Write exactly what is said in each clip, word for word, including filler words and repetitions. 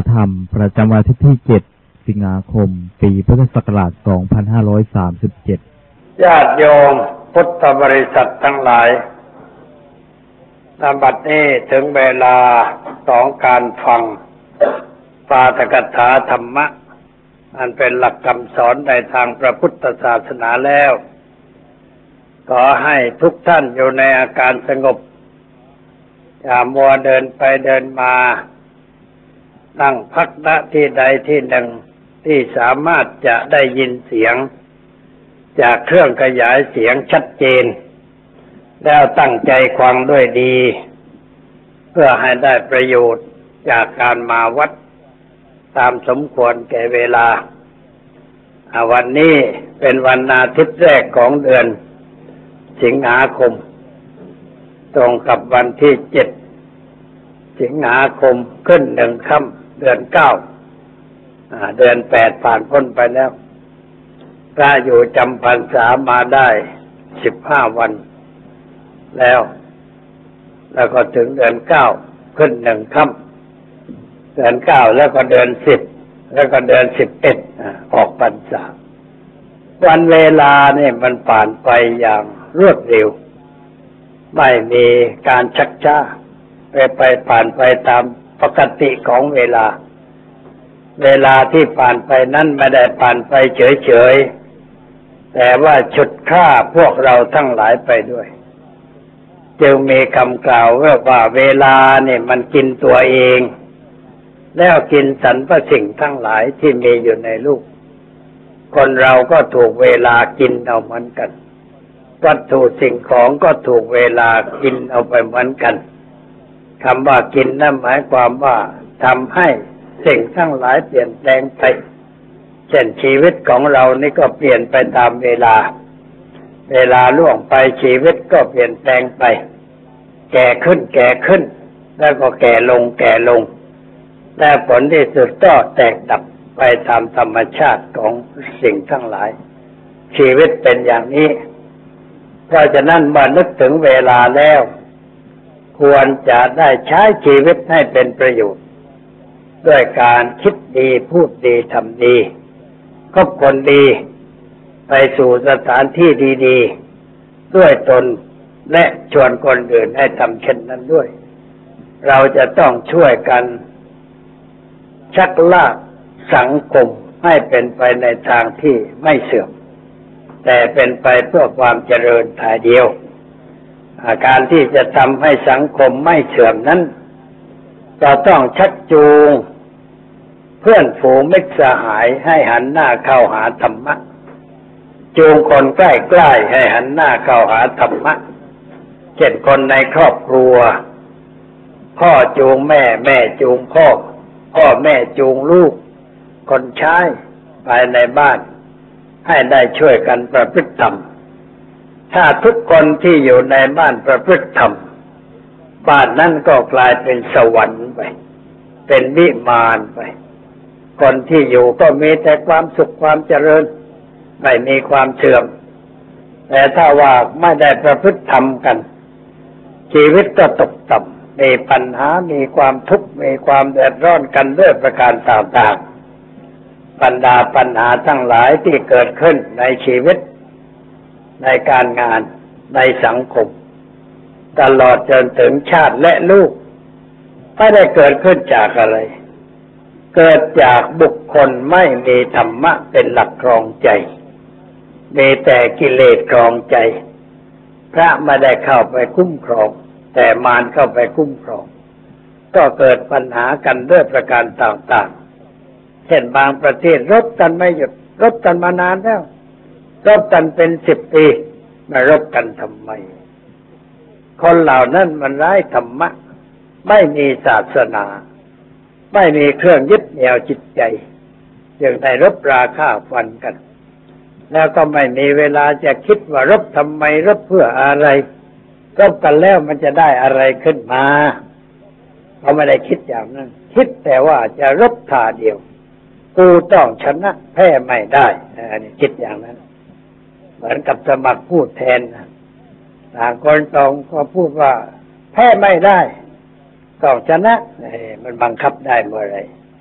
ธรรมประจำวันที่เจ็ดสิงหาคมปีพุทธศักราชสองพันห้าร้อยสามสิบเจ็ดญาติโยมพุทธบริษัททั้งหลายณ บัดนี้ถึงเวลาของการฟังปาฐกถาธรรมะอันเป็นหลักคำสอนในทางพระพุทธศาสนาแล้วขอให้ทุกท่านอยู่ในอาการสงบอย่ามัวเดินไปเดินมานั่งพักณที่ใดที่หนึ่งที่สามารถจะได้ยินเสียงจากเครื่องขยายเสียงชัดเจนแล้วตั้งใจฟังด้วยดีเพื่อให้ได้ประโยชน์จากการมาวัดตามสมควรแก่เวลาวันนี้เป็นวันอาทิตย์แรกของเดือนสิงหาคมตรงกับวันที่เจ็ดสิงหาคมขึ้นหนึ่งค่ำเดือนเก้าเดือนแปดผ่านพ้นไปแล้วพระอยู่จำพรรษามาได้สิบห้าวันแล้วแล้วก็ถึงเดือนเก้าขึ้นหนึ่งค่ำเดือนเก้าแล้วก็เดือนสิบแล้วก็เดือนสิบเอ็ดออกพรรษาวันเวลาเนี่ยมันผ่านไปอย่างรวดเร็วไม่มีการชักช้าไปไปผ่านไปตามปกติของเวลาเวลาที่ผ่านไปนั้นไม่ได้ผ่านไปเฉยๆแต่ว่าฉุดฆ่าพวกเราทั้งหลายไปด้วยจึงมีคำกล่าวว่าเวลาเนี่ยมันกินตัวเองแล้วกินสรรพสิ่งทั้งหลายที่มีอยู่ในโลกคนเราก็ถูกเวลากินเอาเหมือนกันวัตถุสิ่งของก็ถูกเวลากินเอาไปเหมือนกันคำว่ากินนั่นหมายความว่าทำให้สิ่งทั้งหลายเปลี่ยนแปลงไปเช่นชีวิตของเรานี่ก็เปลี่ยนไปตามเวลาเวลาล่วงไปชีวิตก็เปลี่ยนแปลงไปแก่ขึ้นแก่ขึ้นแล้วก็แก่ลงแก่ลงแต่ผลที่สุดก็แตกดับไปตามธรรมชาติของสิ่งทั้งหลายชีวิตเป็นอย่างนี้เพราะฉะนั้นเมื่อนึกถึงเวลาแล้วควรจะได้ใช้ชีวิตให้เป็นประโยชน์ด้วยการคิดดีพูดดีทำดีคบคนดีไปสู่สถานที่ดีๆด้วยตนและชวนคนอื่นให้ทำเช่นนั้นด้วยเราจะต้องช่วยกันชักลากสังคมให้เป็นไปในทางที่ไม่เสื่อมแต่เป็นไปเพื่อความเจริญถ่ายเดียวอาการที่จะทำให้สังคมไม่เสื่อมนั้นเราต้องชักจูงเพื่อนฝูงมิตรสหายให้หันหน้าเข้าหาธรรมะจูงคนใกล้ๆให้หันหน้าเข้าหาธรรมะเช่นคนในครอบครัวพ่อจูงแม่แม่จูงพ่อพ่อแม่จูงลูกคนใช้ภายในบ้านให้ได้ช่วยกันประพฤติธรรมถ้าทุกคนที่อยู่ในบ้านประพฤติธรรมบ้านนั้นก็กลายเป็นสวรรค์ไปเป็นวิมานไปคนที่อยู่ก็มีแต่ความสุขความเจริญไม่มีความเสื่อมแต่ถ้าว่าไม่ได้ประพฤติธรรมกันชีวิตก็ตกต่ำมีปัญหามีความทุกข์มีความเดือดร้อนกันด้วยประการต่างๆบรรดาปัญหาทั้งหลายที่เกิดขึ้นในชีวิตในการงานในสังคมตลอดจนถึงชาติและลูกไม่ได้เกิดขึ้นจากอะไรเกิดจากบุคคลไม่มีธรรมะเป็นหลักครองใจมีแต่กิเลสครองใจพระไม่ได้เข้าไปคุ้มครองแต่มารเข้าไปคุ้มครองก็เกิดปัญหากันด้วยประการต่างๆเช่นบางประเทศรบกันไม่หยุดรบกันมานานแล้วรบกันเป็นสิบปีมารบกันทำไมคนเหล่านั้นมันไร้ธรรมะไม่มีศาสนาไม่มีเครื่องยึดเหนี่ยวจิตใจจึงได้รบราฆ่าฟันกันแล้วก็ไม่มีเวลาจะคิดว่ารบทำไมรบเพื่ออะไรรบกันแล้วมันจะได้อะไรขึ้นมาเขาไม่ได้คิดอย่างนั้นคิดแต่ว่าจะรบท่าเดียวกูต้องชนะแพ้ไม่ได้อันนี้คิดอย่างนั้นเหมือนกับสมัครพูดแทนต่างคนต่างก็พูดว่าแพ้ไม่ได้ต้องชนะมันบังคับได้เมื่อไร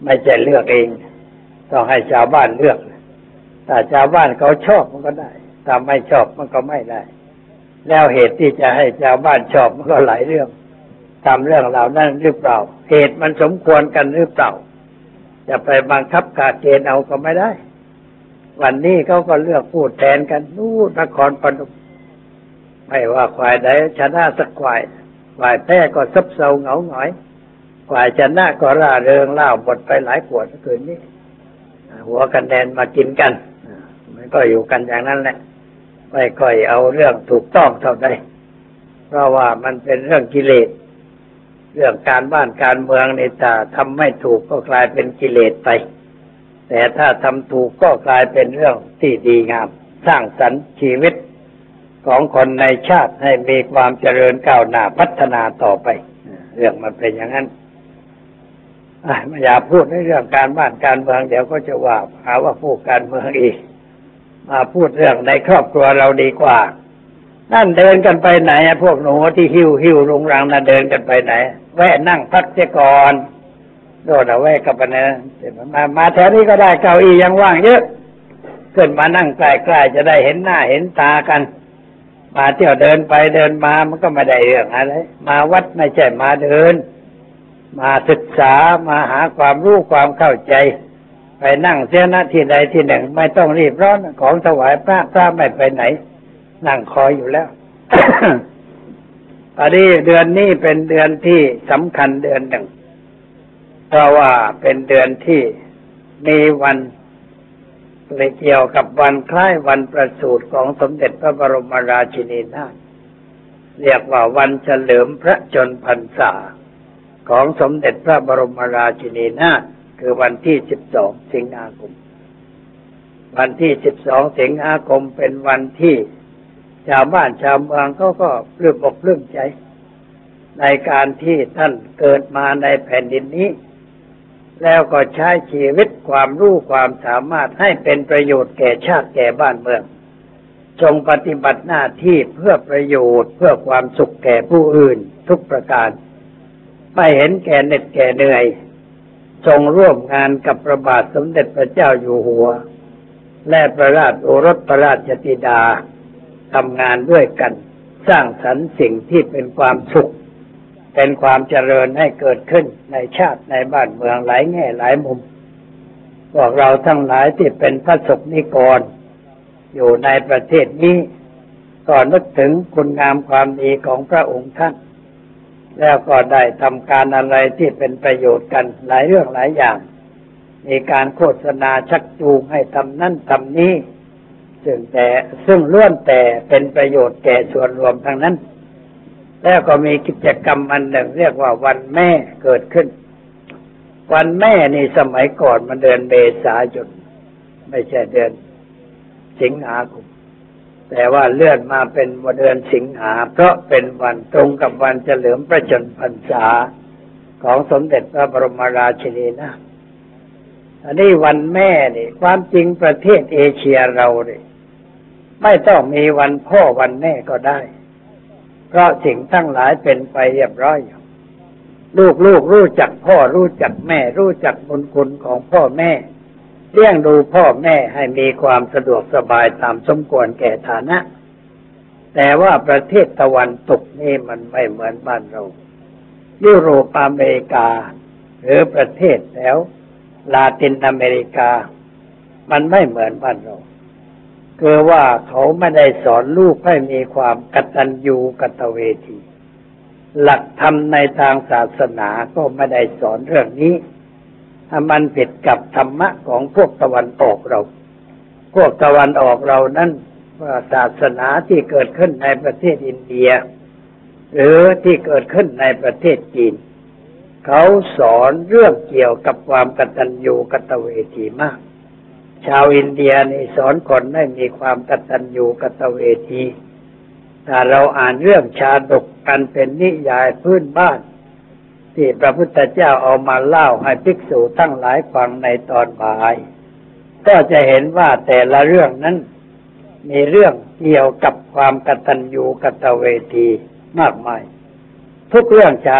ไม่ใช่เลือกเองต้องให้ชาวบ้านเลือกถ้าชาวบ้านเขาชอบมันก็ได้ถ้าไม่ชอบมันก็ไม่ได้แล้วเหตุที่จะให้ชาวบ้านชอบมันก็หลายเรื่องทำเรื่องเหล่านั้นหรือเปล่าเหตุมันสมควรกันหรือเปล่าจะไปบังคับกาเกณฑ์เอาก็ไม่ได้วันนี้เขาก็เลือกพูดแทนกันนู่นนครพนมไม่ว่าฝ่ายใดชนะสักฝ่ายฝ่ายแพ้ก็ซับเซาเหงาหงอยฝ่ายชนะก็ร่าเริงเล่าบทไปหลายขวดคืนนี้หัวคะแนนมากินกันมันก็อยู่กันอย่างนั้นแหละไม่ค่อยเอาเรื่องถูกต้องเท่าใดเพราะว่ามันเป็นเรื่องกิเลสเรื่องการบ้านการเมืองนี่ถ้าทำไม่ถูกก็กลายเป็นกิเลสไปแต่ถ้าทำถูกก็กลายเป็นเรื่องที่ดีงามสร้างสรรค์ชีวิตของคนในชาติให้มีความเจริญก้าวหน้าพัฒนาต่อไปเรื่องมันเป็นอย่างนั้นไม่อยากพูดในเรื่องการบ้านการเมืองเดี๋ยวก็จะว่าหาว่าพูดการเมืองอีกมาพูดเรื่องในครอบครัวเราดีกว่านั่นเดินกันไปไหนพวกหนูที่หิ้วหิ้วรุงรังน่ะเดินกันไปไหนแวะนั่งพักเสียก่อนโดดเอาแวะกับไปนะมามาแถวนี้ก็ได้เก้าอี้ยังว่างเยอะขึ้นมานั่งใกล้ๆจะได้เห็นหน้าเห็นตากันมาเที่ยวเดินไปเดินมามันก็ไม่ได้เรื่องอะไรมาวัดไม่ใช่มาเดินมาศึกษามาหาความรู้ความเข้าใจไปนั่งเสียหน้าที่ใดที่หนึ่งไม่ต้องรีบร้อนของถวายพระพระไม่ไปไหนนั่งคอยอยู่แล้ว ตอนนี้เดือนนี้เป็นเดือนที่สำคัญเดือนหนึ่งเพราะว่าเป็นเดือนที่มีวันเกี่ยวกับวันคล้ายวันประสูติของสมเด็จพระบรมราชินีนาถเรียกว่าวันเฉลิมพระชนพรรษาของสมเด็จพระบรมราชินีนาถคือวันที่สิบสองสิงหาคมวันที่สิบสองสิงหาคมเป็นวันที่ชาวบ้านชาวเมืองเขาก็ปลื้มอกปลื้มใจในการที่ท่านเกิดมาในแผ่นดินนี้แล้วก็ใช้ชีวิตความรู้ความสามารถให้เป็นประโยชน์แก่ชาติแก่บ้านเมืองจงปฏิบัติหน้าที่เพื่อประโยชน์เพื่อความสุขแก่ผู้อื่นทุกประการไม่เห็นแก่เหน็ดแก่เหนื่อยทรงร่วมงานกับพระบาทสมเด็จพระเจ้าอยู่หัวและพระราชโอรสพระราชธิดาทำงานด้วยกันสร้างสรรค์สิ่งที่เป็นความสุขเป็นความเจริญให้เกิดขึ้นในชาติในบ้านเมืองหลายแง่หลายมุมพวกเราทั้งหลายที่เป็นพระสงฆ์นิกรอยู่ในประเทศนี้ก็นึกถึงคุณงามความดีของพระองค์ท่านแล้วก็ได้ทำการอะไรที่เป็นประโยชน์กันหลายเรื่องหลายอย่างมีการโฆษณาชักจูงให้ทำนั่นทำนี้ซึ่งแต่ซึ่งล้วนแต่เป็นประโยชน์แก่ส่วนรวมทั้งนั้นแล้วก็มีกิจกรรมอันหนึ่งเรียกว่าวันแม่เกิดขึ้นวันแม่นี่สมัยก่อนมันเดือนเมษายนไม่ใช่เดือนสิงหาคมแต่ว่าเลื่อนมาเป็นวันเดือนสิงหาเพราะเป็นวันตรงกับวันเฉลิมพระชนมพรรษาของสมเด็จพระบรมราชินีนาถอันนี้วันแม่นี่ความจริงประเทศเอเชียเราเนี่ยไม่ต้องมีวันพ่อวันแม่ก็ได้เพราะสิ่งทั้งหลายเป็นไปเรียบร้อยอยู่ลูกๆรู้จักพ่อรู้จักแม่รู้จักบุญคุณของพ่อแม่เลี้ยงดูพ่อแม่ให้มีความสะดวกสบายตามสมควรแก่ฐานะแต่ว่าประเทศตะวันตกนี่มันไม่เหมือนบ้านเรายุโรปอเมริกาหรือประเทศแถวลาตินอเมริกามันไม่เหมือนบ้านเราคือว่าเขาไม่ได้สอนลูกให้มีความกตัญญูกตเวทีหลักธรรมในทางศาสนาก็ไม่ได้สอนเรื่องนี้ถ้ามันผิดกับธรรมะของพวกตะวันออกเราพวกตะวันออกเรานั้นว่าศาสนาที่เกิดขึ้นในประเทศอินเดียหรือที่เกิดขึ้นในประเทศจีนเขาสอนเรื่องเกี่ยวกับความกตัญญูกตเวทีมากชาวอินเดียนี่สอนคนให้มีความกตัญญูกตเวทีถ้าเราอ่านเรื่องชาดกกันเป็นนิยายพื้นบ้านที่พระพุทธเจ้าเอามาเล่าให้ภิกษุทั้งหลายฟังในตอนบ่ายก็จะเห็นว่าแต่ละเรื่องนั้นมีเรื่องเกี่ยวกับความกตัญญูกตเวทีมากมายทุกเรื่องชาดก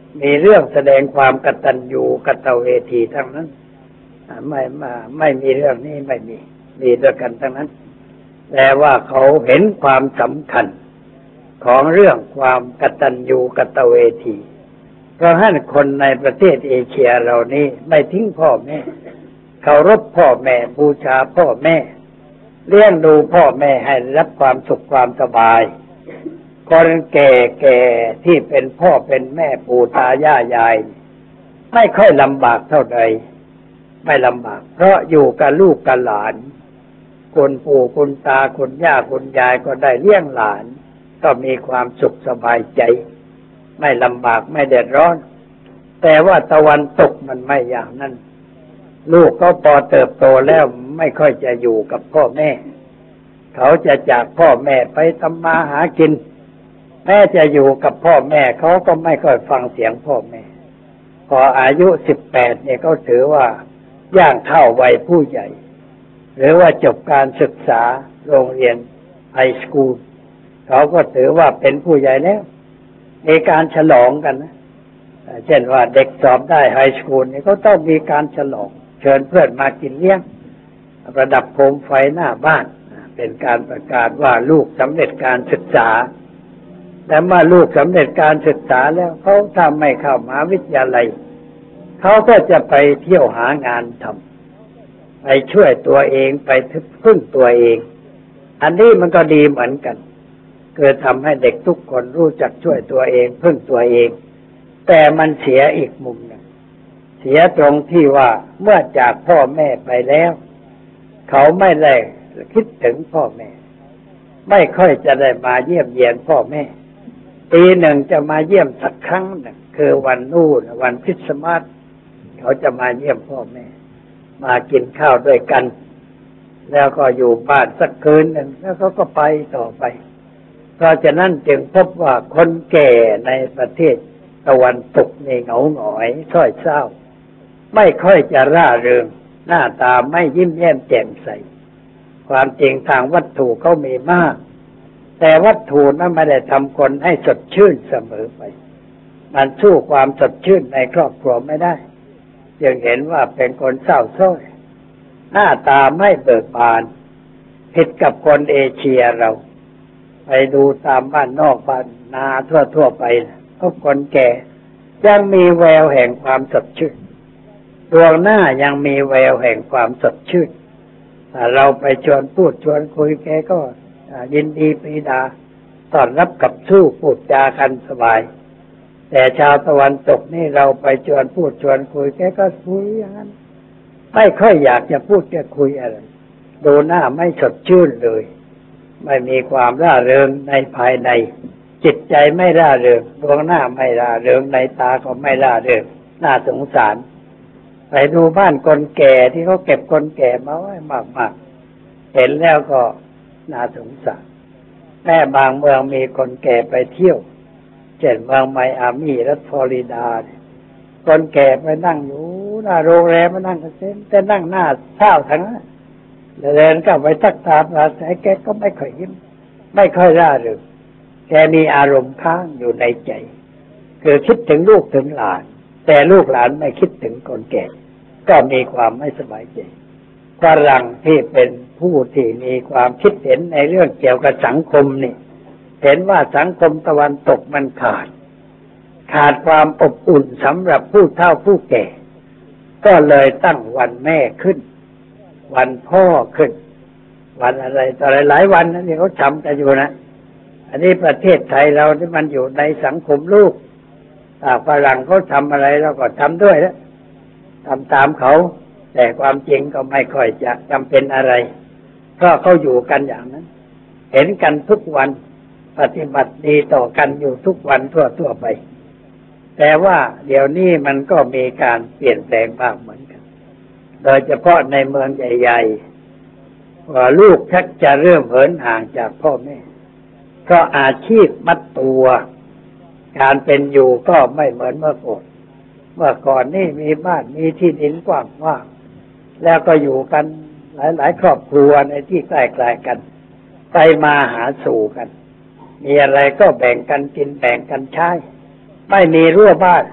มีเรื่องแสดงความกตัญญูกตเวทีทั้งนั้นไม่ไม่ไม่มีเรื่องนี้ไม่มีมีด้วยกันทั้งนั้นแต่ว่าเขาเห็นความสำคัญของเรื่องความกตัญญูกตเวทีเพราะฉะนั้นคนในประเทศเอเชียเรานี้ไม่ทิ้งพ่อแม่เคารพพ่อแม่บูชาพ่อแม่เลี้ยงดูพ่อแม่ให้รับความสุขความสบายคนแก่ๆที่เป็นพ่อเป็นแม่ปู่ตายายยายไม่ค่อยลำบากเท่าใดไม่ลำบากเพราะอยู่กับลูกกับหลานคุณปู่คุณตาคุณย่าคุณยายก็ได้เลี้ยงหลานก็มีความสุขสบายใจไม่ลำบากไม่เดือดร้อนแต่ว่าตะวันตกมันไม่อย่างนั้นลูกก็พอเติบโตแล้วไม่ค่อยจะอยู่กับพ่อแม่เขาจะจากพ่อแม่ไปทำมาหากินแม้จะอยู่กับพ่อแม่เขาก็ไม่ค่อยฟังเสียงพ่อแม่พออายุสิบแปดเนี่ยเขาถือว่าย่างเข้าวัยผู้ใหญ่หรือว่าจบการศึกษาโรงเรียนไฮสคูลเขาก็ถือว่าเป็นผู้ใหญ่แล้วมีการฉลองกันนะเช่นว่าเด็กสอบได้ไฮสคูลนี่เขาต้องมีการฉลองเชิญเพื่อนมากินเลี้ยงประดับโคมไฟหน้าบ้านเป็นการประกาศว่าลูกสำเร็จการศึกษาแต่เมื่อลูกสำเร็จการศึกษาแล้วเขาถ้าไม่เข้ามหาวิทยาลัยเขาก็จะไปเที่ยวหางานทำไปช่วยตัวเองไปพึ่งตัวเองอันนี้มันก็ดีเหมือนกันเกิดทำให้เด็กทุกคนรู้จักช่วยตัวเองพึ่งตัวเองแต่มันเสียอีกมุมหนึ่งเสียตรงที่ว่าเมื่อจากพ่อแม่ไปแล้วเขาไม่ได้คิดถึงพ่อแม่ไม่ค่อยจะได้มาเยี่ยมเยียนพ่อแม่ปีหนึ่งจะมาเยี่ยมสักครั้งหนึ่งคือวันนู่นวันคริสต์มาสเขาจะมาเยี่ยมพ่อแม่มากินข้าวด้วยกันแล้วก็อยู่บ้านสักคืนหนึ่งแล้วเขาก็ไปต่อไปเพราะฉะนั้นจึงพบว่าคนแก่ในประเทศตะวันตกในเหงาหงอยส้อยเศร้าไม่ค่อยจะร่าเริงหน้าตาไม่ยิ้มแย้มแจ่มใสความจริงทางวัตถุเขามีมากแต่วัตถุนั้นไม่ได้ทำคนให้สดชื่นเสมอไปมันสู้ความสดชื่นในครอบครัวไม่ได้จึงเห็นว่าเป็นคนเศร้าส้อยหน้าตาไม่เบิกบานผิดกับคนเอเชียเราไปดูตามบ้านนอกบ้านนาทั่วๆไปพบคนแก่ยังมีแววแห่งความสดชื่นดวงหน้ายังมีแววแห่งความสดชื่นถ้าเราไปชวนพูดชวนคุยแกก็ยินดีปรีดาต้อนรับกับสู้พูดจากันสบายแต่ชาวตะวันตกนี่เราไปชวนพูดชวนคุยแกก็คุยอย่างนั้นไม่ค่อยอยากจะพูดจะคุยอะไรดูหน้าไม่สดชื่นเลยไม่มีความร่าเริงในภายในจิตใจไม่ร่าเริงดวงหน้าไม่ร่าเริงในตาก็ไม่ร่าเริงน่าสงสารไปดูบ้านคนแก่ที่เขาเก็บคนแก่มาไว้มากๆเห็นแล้วก็น่าสงสารแม่บางเมืองมีคนแก่ไปเที่ยวเช่นเมืองไมอามี่รัฐฟลอริดาคนแก่ไปนั่งอยู่หน้าโรงแรมมานั่งกันเต็มแต่นั่งหน้าเศร้าทั้งนั้นเดินก็ไปทักทายมาแต่แกก็ไม่ค่อยยิ้มไม่ค่อยร่าเริงแกมีอารมณ์ค้างอยู่ในใจคือคิดถึงลูกถึงหลานแต่ลูกหลานไม่คิดถึงคนแก่ก็มีความไม่สบายใจฝรั่งที่เป็นผู้ที่มีความคิดเห็นในเรื่องเกี่ยวกับสังคมนี่เห็นว่าสังคมตะวันตกมันขาดขาดความอบอุ่นสำหรับผู้เฒ่าผู้แก่ก็เลยตั้งวันแม่ขึ้นวันพ่อขึ้นวันอะไรต่ออะไรหลายวันนั่นที่เขาทำกันอยู่นะอันนี้ประเทศไทยเราที่มันอยู่ในสังคมลูกถ้าฝรั่งเขาทำอะไรเราก็ทำด้วยแล้วทำตามเขาแต่ความจริงก็ไม่ค่อยจะจำเป็นอะไรเพราะเขาอยู่กันอย่างนั้นเห็นกันทุกวันปฏิบัติดีต่อกันอยู่ทุกวันทั่วๆไปแต่ว่าเดี๋ยวนี้มันก็มีการเปลี่ยนแปลงบ้างเหมือนกันโดยเฉพาะในเมืองใหญ่ๆว่าลูกชักจะเริ่มเหินห่างจากพ่อแม่ก็อาชีพมัดตัวการเป็นอยู่ก็ไม่เหมือนเมื่อก่อนเมื่อก่อนนี่มีบ้านมีที่ดินกว้างว่างแล้วก็อยู่กันหลายๆครอบครัวในที่ใกล้ๆกันไปมาหาสู่กันมีอะไรก็แบ่งกันกินแบ่งกันใช้ไม่มีรั้วบ้าน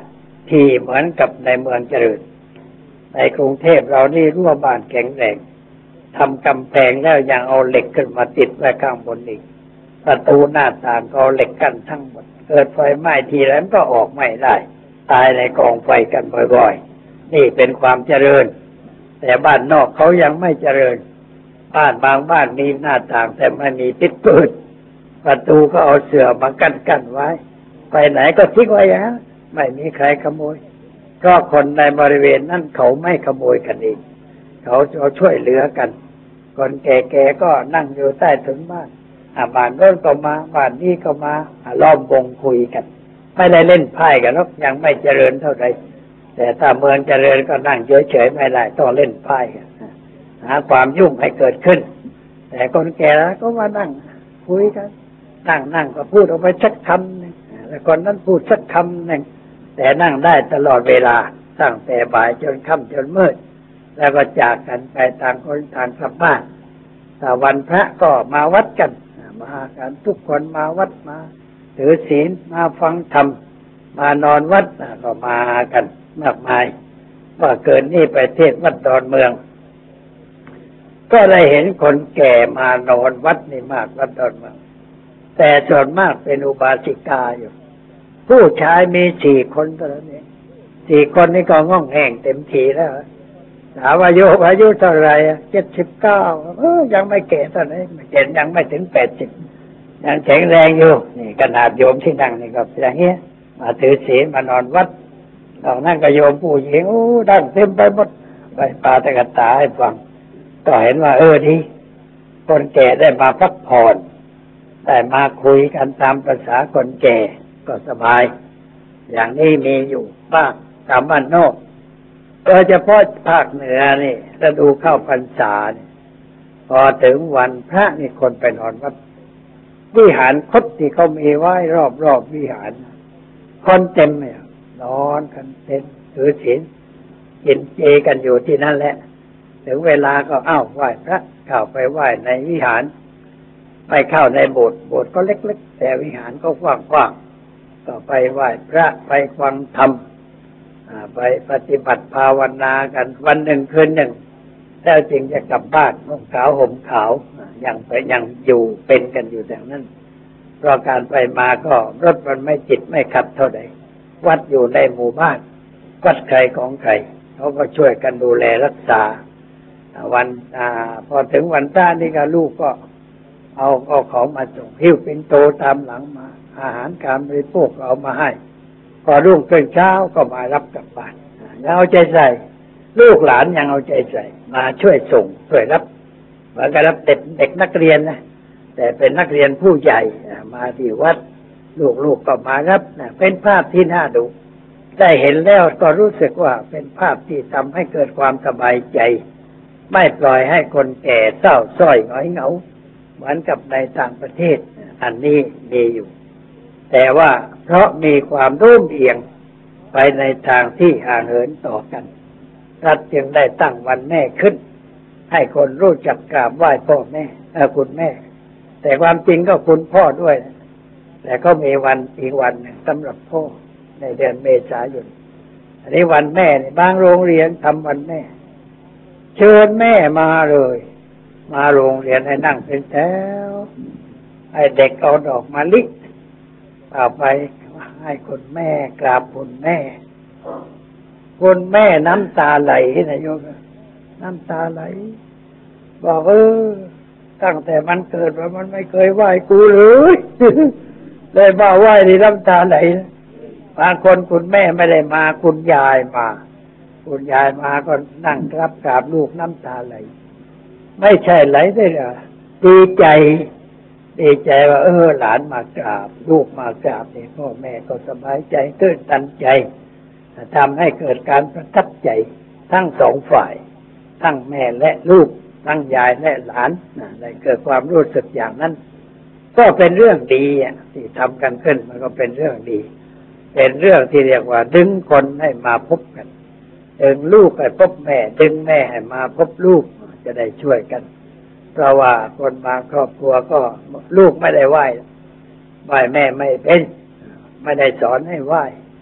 ที่เหมือนกับในเมืองเจริญในกรุงเทพเรานี่รั้วบ้านแข็งแรงทำกำแพงแล้วยังเอาเหล็กขึ้นมาติดไว้ข้างบนอีกประตูหน้าต่างก็เอาเหล็กกั้นทั้งหมดเกิดไฟไหม้ทีแล้วก็ออกไม่ได้ตายในกองไฟกันบ่อยๆนี่เป็นความเจริญแต่บ้านนอกเขายังไม่เจริญบ้านบางบ้านมีหน้าต่างแต่ไม่มีปิดเปิดประตูก็เอาเสื่อมากั้นกั้นไว้ไปไหนก็ทิ้งไว้อย่างนั้นไม่มีใครขโมยเพราะคนในบริเวณนั้นเขาไม่ขโมยกันเองเขาจะช่วยเหลือกันคนแก่ๆก็นั่งอยู่ใต้ถุนบ้านบ้านโน้นก็มาบ้านนี้ก็มาล้อมวงคุยกันไม่ได้เล่นไพ่กันหรอกยังไม่เจริญเท่าไหร่แต่ถ้าเมืองเจริญก็นั่งเฉยๆไม่ได้ต้องเล่นไพ่กันหาความยุ่งให้เกิดขึ้นแต่คนแก่ก็มานั่งคุยกันนั่งนั่งก็พูดออกไปสักคำหนึ่งแล้วคนนั้นพูดสักคำหนึ่งแต่นั่งได้ตลอดเวลาตั้งแต่บ่ายจนค่ำจนมืดแล้วก็จากกันไปต่างคนต่างกลับบ้านแต่วันพระก็มาวัดกันมากันทุกคนมาวัดมาถือศีลมาฟังธรรมมานอนวัดก็มากันมากมายว่าเกินนี่ไปเทศวัดดอนเมืองก็ได้เห็นคนแก่มานอนวัดนี่มากวัดดอนเมืองแต่ส่วนมากเป็นอุบาสิกาอยู่ผู้ชายมีสี่คนเท่านั้นเองสี่คนนี่ก็ง่องแห้งเต็มทีแล้วถามว่าโยมอายุเท่าไหร่เจ็ดสิบเก้าเออยังไม่แก่เท่าไหร่เจ็ดยังไม่ถึงแปดสิบยังแข็งแรงอยู่นี่ขนาดโยมที่นั่งนี่ก็อย่างเงี้ยมาถือศีลมานอนวัดตอนนั้นก็โยมผู้หญิงโอ้ดังเต็มไปหมดไปปาตกถาให้ฟังก็เห็นว่าเออดีคนแก่ได้มาพักผ่อนได้มาคุยกันตามภาษาคนแก่ก็สบายอย่างนี้มีอยู่บ้างตามบ้านนอกโดยเฉพาะภาคเหนือนี่ฤดูเข้าพรรษาเนี่ยพอถึงวันพระนี่คนไปนอนวัดวิหารคดที่เขามีไว้รอบรอบวิหารคนเต็มเลยนอนกันเต็มถือศีลกินเจกันอยู่ที่นั่นแหละถึงเวลาก็อ้าวไหว้พระเข้าไปไหว้ในวิหารไปเข้าในโบสถ์โบสถ์ก็เล็กๆแต่วิหารก็กว้างๆก็ไปไหว้พระไปฟังธรรมไปปฏิบัติภาวนากันวันหนึ่งคืนหนึ่งแล้วจึงจะกลับบ้านนุ่งขาวห่มขาวยังไปยังอยู่เป็นกันอยู่อย่างนั้นเพราะการไปมาก็รถมันไม่จิตไม่ขัดเท่าใดวัดอยู่ในหมู่บ้านวัดใครของใครเขาก็ช่วยกันดูแลรักษาวันอพอถึงวันพระนี่ก็ลูกก็เอาเอาของมาส่งหิ้วเป็นโตตามหลังมาอาหารการบริโภคเอามาให้พอรุ่งขึ้นเช้าก็มารับกลับบ้านยังเอาใจใส่ลูกหลานยังเอาใจใส่มาช่วยส่งช่วยรับเหมือนกับรับเด็กเด็กนักเรียนนะแต่เป็นนักเรียนผู้ใหญ่มาที่วัดลูกๆก็มารับนะเป็นภาพที่น่าดูได้เห็นแล้วก็รู้สึกว่าเป็นภาพที่ทำให้เกิดความสบายใจไม่ปล่อยให้คนแก่เศร้าส้อยหงอยเหงาเหมือนกับในต่างประเทศอันนี้มีอยู่แต่ว่าเพราะมีความโน้มเอียงไปในทางที่ห่างเหินต่อกันรัฐจึงได้ตั้งวันแม่ขึ้นให้คนรู้จักกราบไหว้พ่อแม่เออคุณแม่แต่ความจริงก็คุณพ่อด้วยแต่ก็มีวันอีกวันหนึ่งสำหรับพ่อในเดือนเมษายนอันนี้วันแม่เนี่ยบางโรงเรียนทำวันแม่เชิญแม่มาเลยมาโรงเรียนให้นั่งเป็นแถวให้เด็กเอาดอกมะลิเอาไปให้คุณแม่กราบคุณแม่คุณแม่น้ำตาไหลนะโยมน้ำตาไหลบอกเออตั้งแต่มันเกิดมามันไม่เคยไหว้กูเลยเลยมาไหว้ที่น้ำตาไหลบางคนคุณแม่ไม่ได้มาคุณยายมาคุณยายมาก็นั่งรับกราบลูกน้ำตาไหลไม่ใช่ไหลได้หรอดีใจดีใจว่าเออหลานมากราบลูกมากราบนี่พ่อแม่ก็สบายใจตื่นตันใจทำให้เกิดการประทับใจทั้งสองฝ่ายทั้งแม่และลูกทั้งยายและหลานได้เกิดความรู้สึกอย่างนั้นก็เป็นเรื่องดีที่ทำกันขึ้นมันก็เป็นเรื่องดีเป็นเรื่องที่เรียกว่าดึงคนให้มาพบกันดึงลูกให้พบแม่ดึงแม่ให้มาพบลูกจะได้ช่วยกันเพราะว่าคนบางครอบครัวก็ลูกไม่ได้ไหว้ไหว้แม่ไม่เป็นไม่ได้สอนให้ไหว้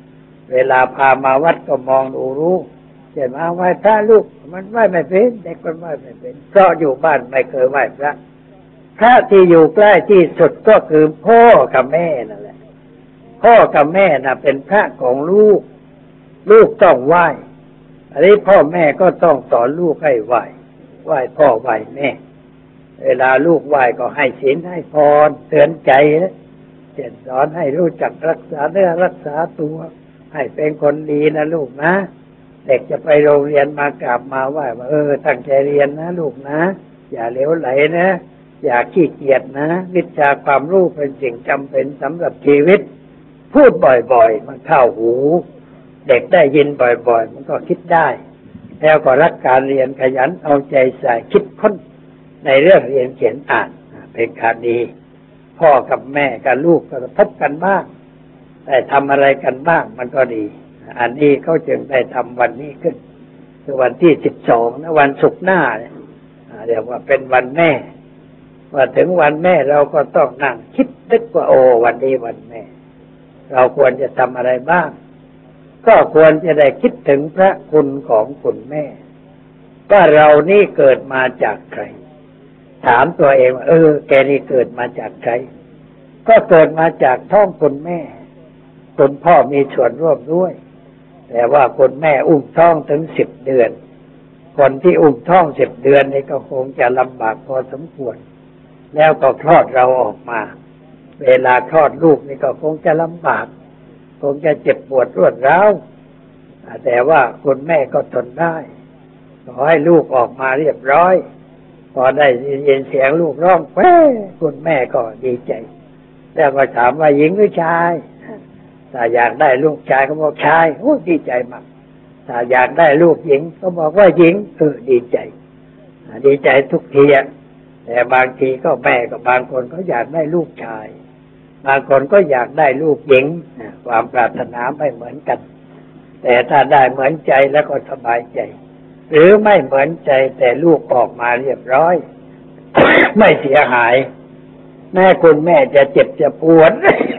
เวลาพามาวัดก็มองดูรู้เช่นมาไหว้พระลูกมันไหว้ไม่เป็นเด็กมันไหว้ไม่เป็นเพราะอยู่บ้านไม่เคยไหว้พระพระที่อยู่ใกล้ที่สุดก็คือพ่อกับแม่นั่นแหละพ่อกับแม่น่ะเป็นพระของลูกลูกต้องไหว้อันนี้พ่อแม่ก็ต้องสอนลูกให้ไหว้ไหว้พ่อไหว้แม่เวลาลูกไหว้ก็ให้ศีลให้พรเตือนใจนะเช่นสอนให้รู้จักรักษาเนื้อรักษาตัวให้เป็นคนดีนะลูกนะเด็กจะไปโรงเรียนมากราบมาไหว้ว่าเออตั้งใจเรียนนะลูกนะอย่าเหลวไหลนะอย่าขี้เกียจนะวิชาความรู้เป็นสิ่งจำเป็นสำหรับชีวิตพูดบ่อยๆมันเข้าหูเด็กได้ยินบ่อยๆมันก็คิดได้แล้วก็รักการเรียนขยันเอาใจใส่คิดค้นในเรื่องเรียนเขียนอ่านเป็นการดีพ่อกับแม่กับลูกก็พบกันบ้างได้ทำอะไรกันบ้างมันก็ดีอันนี้เขาจึงได้ทำวันนี้ขึ้นคือวันที่สิบสองนะวันศุกร์หน้าเนี่ยเรียกว่าเป็นวันแม่ว่าถึงวันแม่เราก็ต้องนั่งคิดนึกว่าโอ้วันนี้วันแม่เราควรจะทำอะไรบ้างก็ควรจะได้คิดถึงพระคุณของคุณแม่ว่าเรานี่เกิดมาจากใครถามตัวเองว่าเออแกนี่เกิดมาจากใครก็เกิดมาจากท้องคุณแม่คุณพ่อมีส่วนร่วมด้วยแต่ว่าคุณแม่อุ้มท้องถึงสิบเดือนคนที่อุ้มท้องสิบเดือนนี่ก็คงจะลำบากพอสมควรแล้วก็คลอดเราออกมาเวลาคลอดลูกนี่ก็คงจะลำบากคงจะเจ็บปวดรวดร้าวแต่ว่าคุณแม่ก็ทนได้ขอให้ลูกออกมาเรียบร้อยพอได้ยินเสียงลูกร้องแว่คุณแม่ก็ดีใจแล้วก็ถามว่าหญิงหรือชายถ้าอยากได้ลูกชายก็บอกชายโอ้ดีใจมากถ้าอยากได้ลูกหญิงก็บอกว่าหญิงเออดีใจดีใจทุกทีแต่บางทีก็แม่กับบางคนก็อยากได้ลูกชายบางคนก็อยากได้ลูกหญิงความปรารถนาไม่เหมือนกันแต่ถ้าได้เหมือนใจแล้วก็สบายใจหรือไม่เหมือนใจแต่ลูกออกมาเรียบร้อย ไม่เสียหายแม่คุณแม่จะเจ็บจะปวด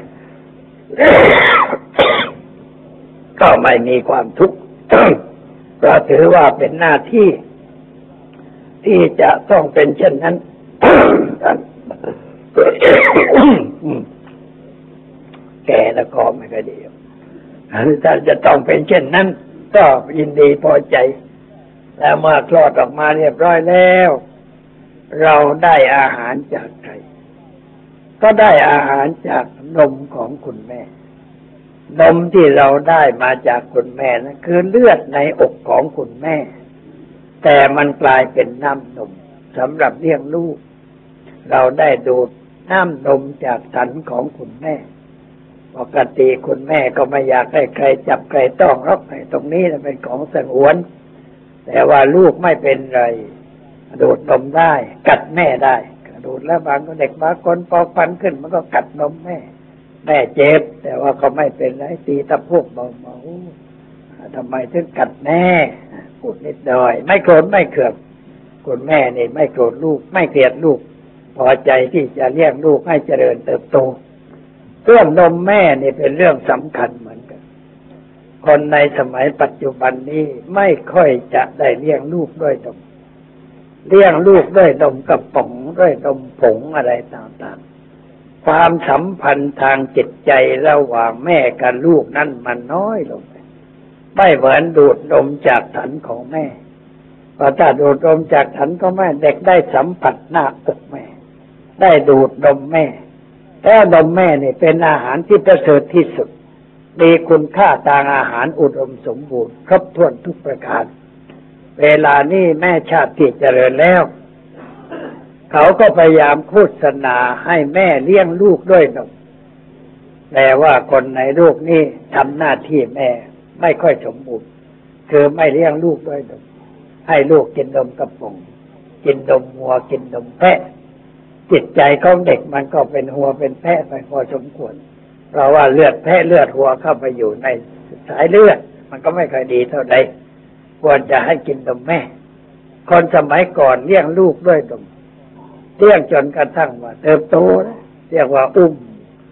ก็ไม่มีความทุกข์ ก็ถือว่าเป็นหน้าที่ที่จะต้องเป็นเช่นนั้น แก่แล้วก็ไม่ก็ดีถ้าจะต้องเป็นเช่นนั้นก็ยินดีพอใจแล้วเมื่อคลอดออกมาเรียบร้อยแล้วเราได้อาหารจากใครก็ได้อาหารจากนมของคุณแม่นมที่เราได้มาจากคุณแม่นะคือเลือดในอกของคุณแม่แต่มันกลายเป็นน้ำนมสำหรับเลี้ยงลูกเราได้ดูดน้ำนมจากสันของคุณแม่ปกติคุณแม่ก็ไม่อยากให้ใครจับใครต้องรอกไอ้ตรงนี้เป็นของสงวนแต่ว่าลูกไม่เป็นไรดูดนมได้กัดแม่ได้ดูดแล้วบางคนเด็กบางคนพอฟันขึ้นมันก็กัดนมแม่แม่เจ็บแต่ว่าเขาไม่เป็นไรตีตะพวกเบาๆทำไมถึงกัดแม่พูดนิดหน่อยไม่โกรธไม่เคืองคุณแม่นี่ไม่โกรธลูกไม่เกลียดลูกพอใจที่จะเลี้ยงลูกให้เจริญเติบโตเรื่องนมแม่นี่เป็นเรื่องสำคัญเหมือนกันคนในสมัยปัจจุบันนี้ไม่ค่อยจะได้เลี้ยงลูกด้วยนมเลี้ยงลูกด้วยนมกระป๋องด้วยนมผงอะไรต่างๆความสัมพันธ์ทางจิตใจระหว่างแม่กับลูกนั้นมันน้อยลงไปไม่เหมือนดูดนมจากถันของแม่พอถ้าดูดนมจากถันของแม่เด็กได้สัมผัสหน้าอกแม่ได้ดูดนมแม่แล้วนมแม่นี่เป็นอาหารที่ประเสริฐที่สุดมีคุณค่าทางอาหารอุดมสมบูรณ์ครบถ้วนทุกประการเวลานี้แม่ชาติที่เจริญแล้วเขาก็พยายามโฆษณาให้แม่เลี้ยงลูกด้วยนมแต่ว่าคนในโลกนี้ทำหน้าที่แม่ไม่ค่อยสมบูรณ์คือไม่เลี้ยงลูกด้วยนมให้ลูกกินนมกระป๋องกินนมวัวกินนมแพะจิตใจของเด็กมันก็เป็นหัวเป็นแพะไปพอสมควรเพราะว่าเลือดแพะเลือดหัวเข้าไปอยู่ในสายเลือดมันก็ไม่ค่อยดีเท่าใดควรจะให้กินนมแม่คนสมัยก่อนเลี้ยงลูกด้วยนมเลี้ยงจนกระทั่งว่าเติบโตนะเรียกว่าอุ้ม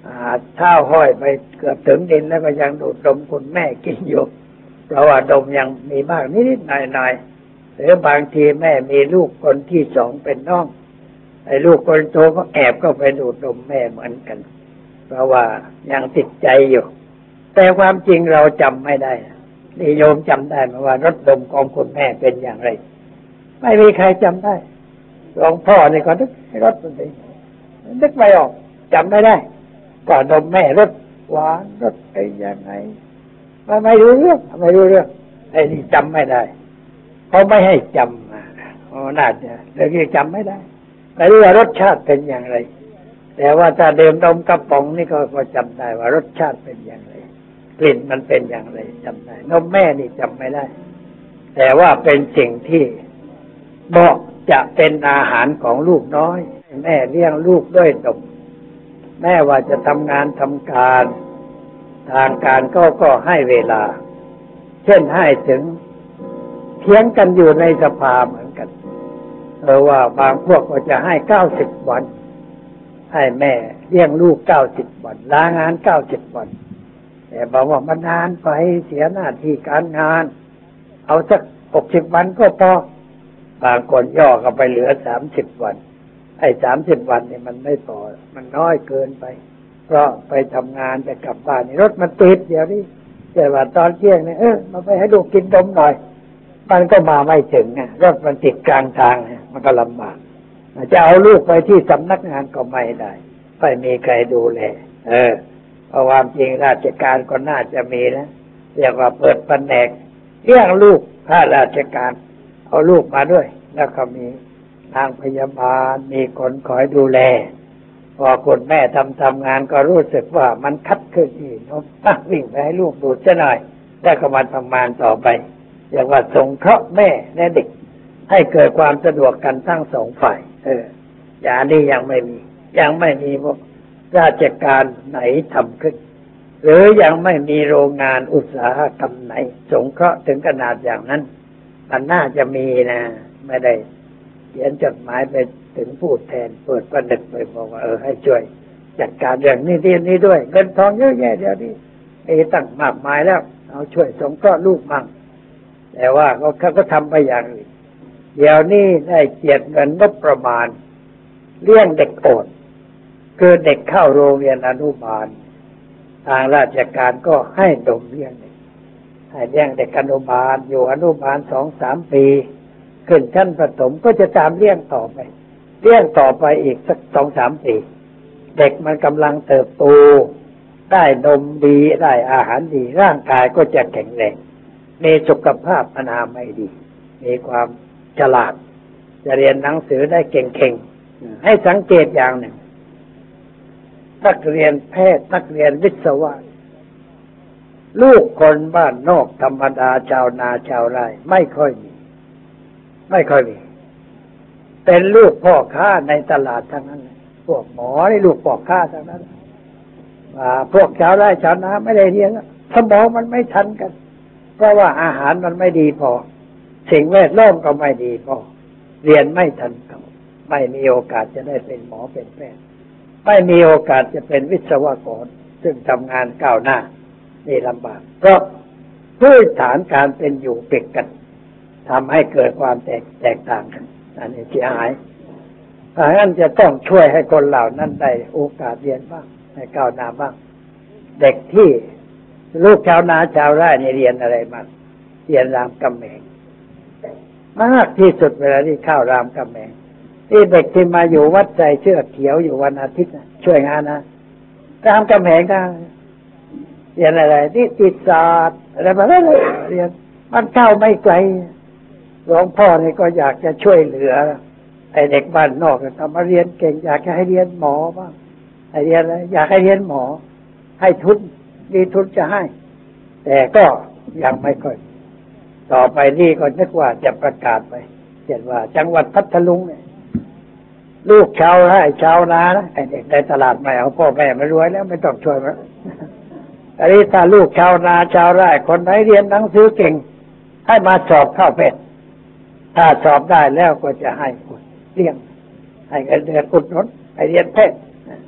เท้าห้อยไปเกือบถึงดินแล้วก็ยังดูดนมคุณแม่กินอยู่เพราะว่าดมยังมีบ้างนิดๆหน่อยๆหรือบางทีแม่มีลูกคนที่สองเป็นน้องไอ้ลูกคนโตก็แอบก็ไปดูดนมแม่เหมือนกันเพราะว่ายังติดใจอยู่แต่ความจริงเราจำไม่ได้นี่โยมจำได้ไหมว่ารสดมของคุณแม่เป็นอย่างไรไม่มีใครจำได้หลวงพ่อนี่ก็นึกรสมันเป็นนึกไม่ออกจำไม่ได้ก็นมแม่รสหวานรสเป็นยังไงไม่ไม่รู้เรื่องไม่รู้เรื่องไอ้นี่จำไม่ได้เขาไม่ให้จำอ๋อน่าจะเลยที่จำไม่ได้ไม่รู้ว่ารสชาติเป็นอย่างไรแต่ว่าถ้าดื่มนมกระป๋องนี่ก็ก็จำได้ว่ารสชาติเป็นอย่างไรกลิ่นมันเป็นอย่างไรจำได้นมแม่นี่จำไม่ได้แต่ว่าเป็นสิ่งที่เหมาะจะเป็นอาหารของลูกน้อยแม่เลี้ยงลูกด้วยนมแม่ว่าจะทำงานทำการทางการก็ก็ให้เวลาเช่นให้ถึงเถียงกันอยู่ในสภาเหมือนกันเพราะว่าบางพวกก็จะให้เก้าสิบวันให้แม่เลี้ยงลูกเก้าสิบวันลางานเก้าสิบวันแต่บอกว่ามันนานไปเสียหน้าที่การงานเอาสักหกสิบวันก็พอบางคนย่อก็ไปเหลือสามสิบวันไอ้สามสิบวันเนี่ยมันไม่พอมันน้อยเกินไปเพราะไปทำงานไปกลับบ้านรถมันติดเดี๋ยวนี้แต่ว่าตอนเที่ยงเนี่ยเออมาไปให้ลูกกินนมหน่อยมันก็มาไม่ถึงนะรถมันติดกลางทางเนี่ยมันก็ลำบากจะเอาลูกไปที่สำนักงานก็ไม่ได้ไม่มีใครดูแลเออเพราะความจริงราชการก็น่าจะมีนะเรียกว่าเปิดแผนกเลี้ยงลูกข้าราชการเอาลูกมาด้วยแล้วก็มีทางพยาบาลมีคนคอยดูแลพอคุณแม่ทำทำงานก็รู้สึกว่ามันคัดขึ้นอีกต้องวิ่งไปให้ลูกดูซะหน่อยแล้วก็มาทำงานต่อไปเรียกว่าสงเคราะห์แม่และเด็กให้เกิดความสะดวกกันทั้งสองฝ่ายเอออย่างนี้ยังไม่มียังไม่มีพวกราชการไหนทำขึ้นหรือยังไม่มีโรงงานอุตสาหกรรมไหนสงเคราะห์ถึงขนาดอย่างนั้นมันน่าจะมีนะไม่ได้เขียนจดหมายไปถึงผู้แทนเปิดประเด็นไปบอกว่าเออให้ช่วยจัดการเรื่องนี้ที่นี้ด้วยเงินทองเยอะแยะเดี๋ยวนี้ไอ้ตั้งมากมายแล้วเอาช่วยสงเคราะห์ลูกมั่งแต่ว่าเขาเขาก็ทำไปอย่างอื่นเดี๋ยวนี้ได้เจียดเงินงบประมาณเลี้ยงเด็กโอดคือเด็กเข้าโรงเรียนอนุบาลทางราชการก็ให้ดมเลี้ยงเด็กให้เลี้ยงเด็กอนุบาลอยู่อนุบาลสองสามปีขึ้นชั้นประถมก็จะตามเลี้ยงต่อไปเลี้ยงต่อไปอีกสักสองสามปีเด็กมันกำลังเติบโตได้นมดีได้อาหารดีร่างกายก็จะแข็งแรงมีสุขภาพอนามัยดีมีความฉลาดจะเรียนหนังสือได้เก่งๆให้สังเกตอย่างหนึ่งนักเรียนแพทย์นักเรียนวิศวะลูกคนบ้านนอกธรรมดาชาวนาชาวไร่ไม่ค่อยมีไม่ค่อยมีเป็นลูกพ่อค้าในตลาดทั้งนั้นพวกหมอนี่ลูกพ่อค้าทั้งนั้นว่าพวกชาวไร่ชาวนาไม่ได้เรียนสมองมันไม่ทันกันเพราะว่าอาหารมันไม่ดีพอสิ่งแวดล้อมก็ไม่ดีพอเรียนไม่ทันเขาไม่มีโอกาสจะได้เป็นหมอเป็นแพทย์ไม่มีโอกาสจะเป็นวิศวกรซึ่งทำงานก้าวหน้านี่ลำบากเพราะพื้นฐานการเป็นอยู่ปิดกันทำให้เกิดความแตกแตกต่างกันอันนี้เสียหายเพราะฉะนั้นจะต้องช่วยให้คนเหล่านั้นได้โอกาสเรียนบ้างให้ก้าวหน้าบ้างเด็กที่ลูกชาวนาชาวไร่นี่เรียนอะไรบ้างเรียนรามคำแหงมากที่สุดเวลาที่เข้ารามคำแหงที่เด็กที่มาอยู่วัดใจเชือกเขียวอยู่วันอาทิตย์นะช่วยงานนะรามคำแหงก็เรียนอะไรนิติศาสตร์อะไรมาแล้วเรียนมันเข้าไม่ไกลหลวงพ่อนี่ก็อยากจะช่วยเหลือไอ้เด็กบ้านนอกทำมาเรียนเก่งอยากจะให้เรียนหมอบ้างให้เรียนอะไรอยากให้เรียนหมอให้ทุนมีทุนจะให้แต่ก็ยังไม่ค่อยต่อไปนี่ก็นึกว่าจะประกาศไปเช่นว่าจังหวัดพัทลุงเนี่ยลูกชาวไร่ชาวนานะไอ้เด็กในตลาดไม่เอาพ่อแม่ไม่รวยแล้วไม่ต้องช่วยมันอันนี้ถ้าลูกชาวนาชาวไร่คนไหนเรียนหนังสือเก่งให้มาสอบเข้าแพทย์ถ้าสอบได้แล้วก็จะให้เลี้ยงให้เงินเดือนอุดหนุนให้เรียนแพทย์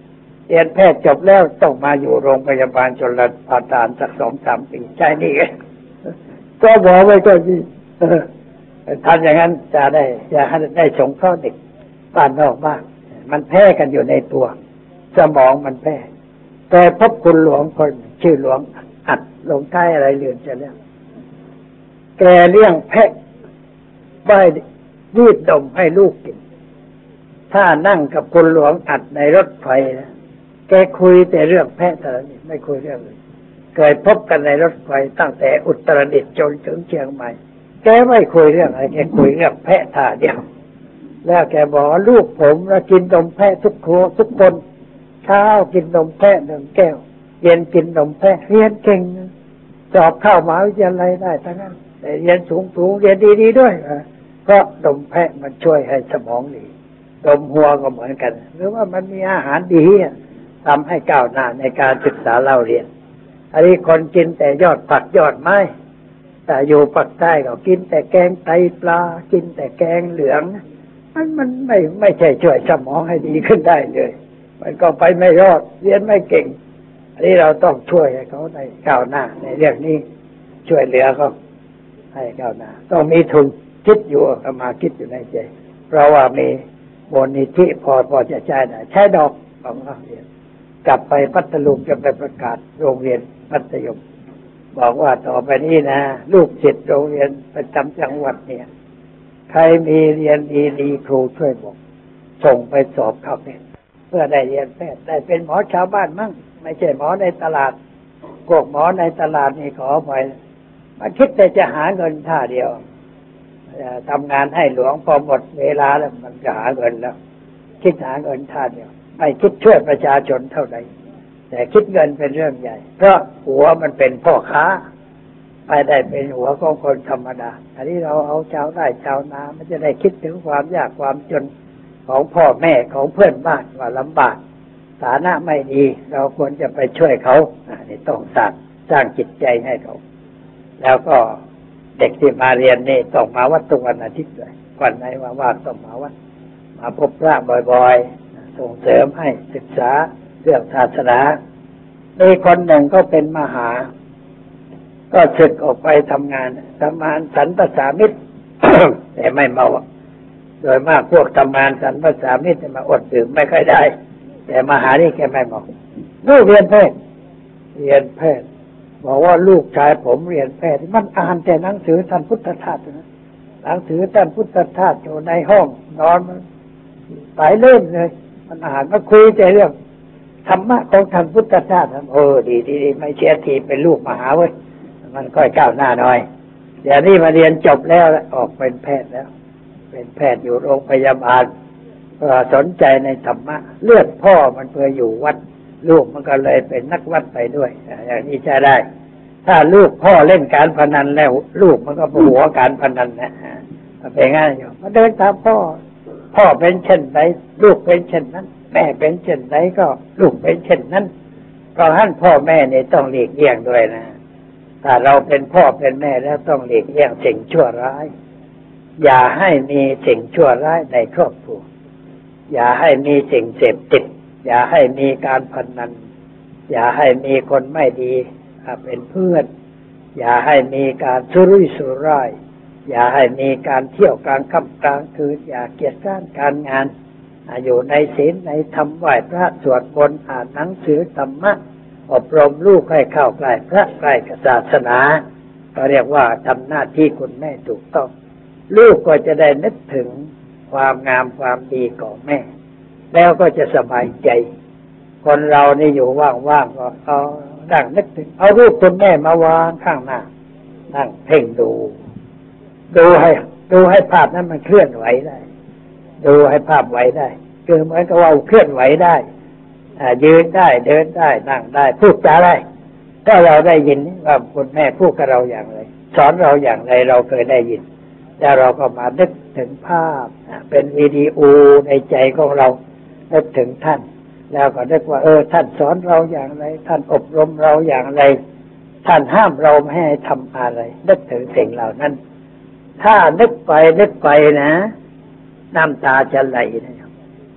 เรียนแพทย์จบแล้วต้องมาอยู่โรงพยาบาลชลประทานสักสองสามปีใช่นี่ไงก็บอกไว้ก็ดีทำอย่างนั้นจะได้จะให้ได้สงเคราะห์เด็กบ้านนอกบ้างมันแพ้กันอยู่ในตัวสมองมันแพ้แต่พบคุณหลวงคนชื่อหลวงอัดลงใต้อะไรเรือนจะแล้วแกเลี้ยงแพะใบรีดดมให้ลูกกินถ้านั่งกับคุณหลวงอัดในรถไฟนะแกคุยแต่เรื่องแพะแต่ละนี่ไม่คุยเรื่องอื่นเคยพบกันในรถไฟตั้งแต่อุตรดิตถ์จนถึงเชียงใหม่แกไม่คุยเรื่องอะไรแกคุยเรื่องแพะท่าเดียวแล้วแกบอกว่าลูกผมเรากินนมแพะทุกครัวทุกคนเช้ากินนมแพะหนึ่งแก้วเย็นกินนมแพะเรียนเก่งสอบเข้ามหาวิทยาลัยได้ทั้งนั้นแต่เรียนสูงๆเรียนดีๆด้วยเพราะนมแพะมันช่วยให้สมองดีนมวัวก็เหมือนกันหรือว่ามันมีอาหารดีทำให้ก้าวหน้าในการศึกษาเล่าเรียนอันนี้คนกินแต่ยอดผักยอดไม้แต่อยู่ภาคใต้ก็กินแต่แกงไตปลากินแต่แกงเหลืองมันมันไม่ไม่ใช่ช่วยสมองให้ดีขึ้นได้เลยมันก็ไปไม่รอดเรียนไม่เก่งอันนี้เราต้องช่วยให้เขาได้ก้าวหน้าในเรื่องนี้ช่วยเหลือเขาให้ก้าวหน้าต้องมีทุนคิดอยู่ก็มาคิดอยู่ในใจเพราะว่ามีมูลนิธิพอพอจะใช้ได้ใช้ดอกของเราเรียนกลับไปพัทลุงจะไปประกาศโรงเรียนมัธยมบอกว่าต่อไปนี้นะลูกศิษย์โรงเรียนประจำจังหวัดเนี่ยใครมีเรียนดีดีครูช่วยบอกส่งไปสอบเข้าเป็นเพื่อได้เรียนแพทย์ได้เป็นหมอชาวบ้านมั่งไม่ใช่หมอในตลาดพวกหมอในตลาดนี่ขอไปมาคิดแต่จะหาเงินท่าเดียวทำงานให้หลวงพอหมดเวลาแล้วมันจะหาเงินแล้วคิดหาเงินท่าเดียวไม่คิดช่วยประชาชนเท่าไหร่แต่คิดเงินเป็นเรื่องใหญ่เพราะหัวมันเป็นพ่อค้าไม่ได้เป็นหัวของคนธรรมดาอันนี้เราเอาชาวไร่ชาวนามันจะได้คิดถึงความยากความจนของพ่อแม่ของเพื่อนบ้านว่าลำบากฐานะไม่ดีเราควรจะไปช่วยเขาอันนี้ต้องสร้างสร้างจิตใจให้เขาแล้วก็เด็กที่มาเรียนนี่ต้องมาวัดทุกวันอาทิตย์เลยวันไหนว่างๆต้องมาวัดมาพบพระบ่อยๆส่งเสริมให้ศึกษาเรื่องศาสนามีคนหนึ่งก็เป็นมหาก็ศึกออกไปทำงานทำงานสรรพสามิต แต่ไม่เมาโดยมากพวกทำงานสรรพสามิตมาอดดื่มไม่ค่อยได้แต่มหานี่แกไม่เมาลูกเรียนแพทย์เรียนแพทย์บอกว่าลูกชายผมเรียนแพทย์มันอ่านแต่หนังสือท่านพุทธทาสนะหนังสือท่านพุทธทาสอยู่ในห้องนอนมันหลายเล่มเลยมันอ่านมาคุยแต่เรื่องธรรมะของท่านพุทธทาสเออดีดีไม่เชื่อทีเป็นลูกมหาเว้ยมันค่อยก้าวหน้าหน่อยเดี๋ยวนี้มาเรียนจบแล้วออกเป็นแพทย์แล้วเป็นแพทย์อยู่โรงพยาบาลก็สนใจในธรรมะเลือดพ่อมันเพื่ออยู่วัดลูกมันก็เลยเป็นนักวัดไปด้วยอย่างนี้ใช้ได้ถ้าลูกพ่อเล่นการพนันแล้วลูกมันก็หัวการพนันนะเป็นง่ายอยู่มาเดินตามพ่อพ่อเป็นเช่นไรลูกเป็นเช่นนั้นแม่เป็นเช่นไรก็ลูกเป็นเช่นนั้นเพราะฉะนั้นพ่อแม่เนี่ยต้องหลีกเลี่ยงด้วยนะถ้าเราเป็นพ่อเป็นแม่แล้วต้องหลีกเลี่ยงสิ่งชั่วร้ายอย่าให้มีสิ่งชั่วร้ายในครอบครัวอย่าให้มีสิ่งเสพติดอย่าให้มีการพนันอย่าให้มีคนไม่ดีเป็นเพื่อนอย่าให้มีการสุรุ่ยสุร่ายอย่าให้มีการเที่ยวกลางค่ำกลางคืนอย่าเกียจคร้านการงานอยู่ในศีลในธรรมไหว้พระสวดมนต์อ่านหนังสือธรรมะอบรมลูกให้เข้าใกล้พระใกล้ศาสนาก็เรียกว่าทำหน้าที่คุณแม่ถูกต้องลูกก็จะได้นึกถึงความงามความดีของแม่แล้วก็จะสบายใจคนเรานี่อยู่ว่างๆก็เอาดั่งนึกถึงเอารูปคุณแม่มาวางข้างหน้านั่งเพ่งดูดูให้ดูให้ภาพนั้นมันเคลื่อนไหวได้ดูให้ภาพไหวได้คือเหมือนกับว่าเคลื่อนไหวได้ยืนได้เดินได้นั่งได้พูดจาได้ถ้าเราได้ยินว่าคุณแม่พูดกับเราอย่างไรสอนเราอย่างไรเราเคยได้ยินแล้วเราก็มานึกถึงภาพเป็นวิดีโอในใจของเรานึกถึงท่านแล้วก็นึกว่าเออท่านสอนเราอย่างไรท่านอบรมเราอย่างไรท่านห้ามเราไม่ให้ทำอะไรนึกถึงสิ่งเหล่านั้นถ้านึกไปนึกไปนะน้ำตาจะไหลนะครับ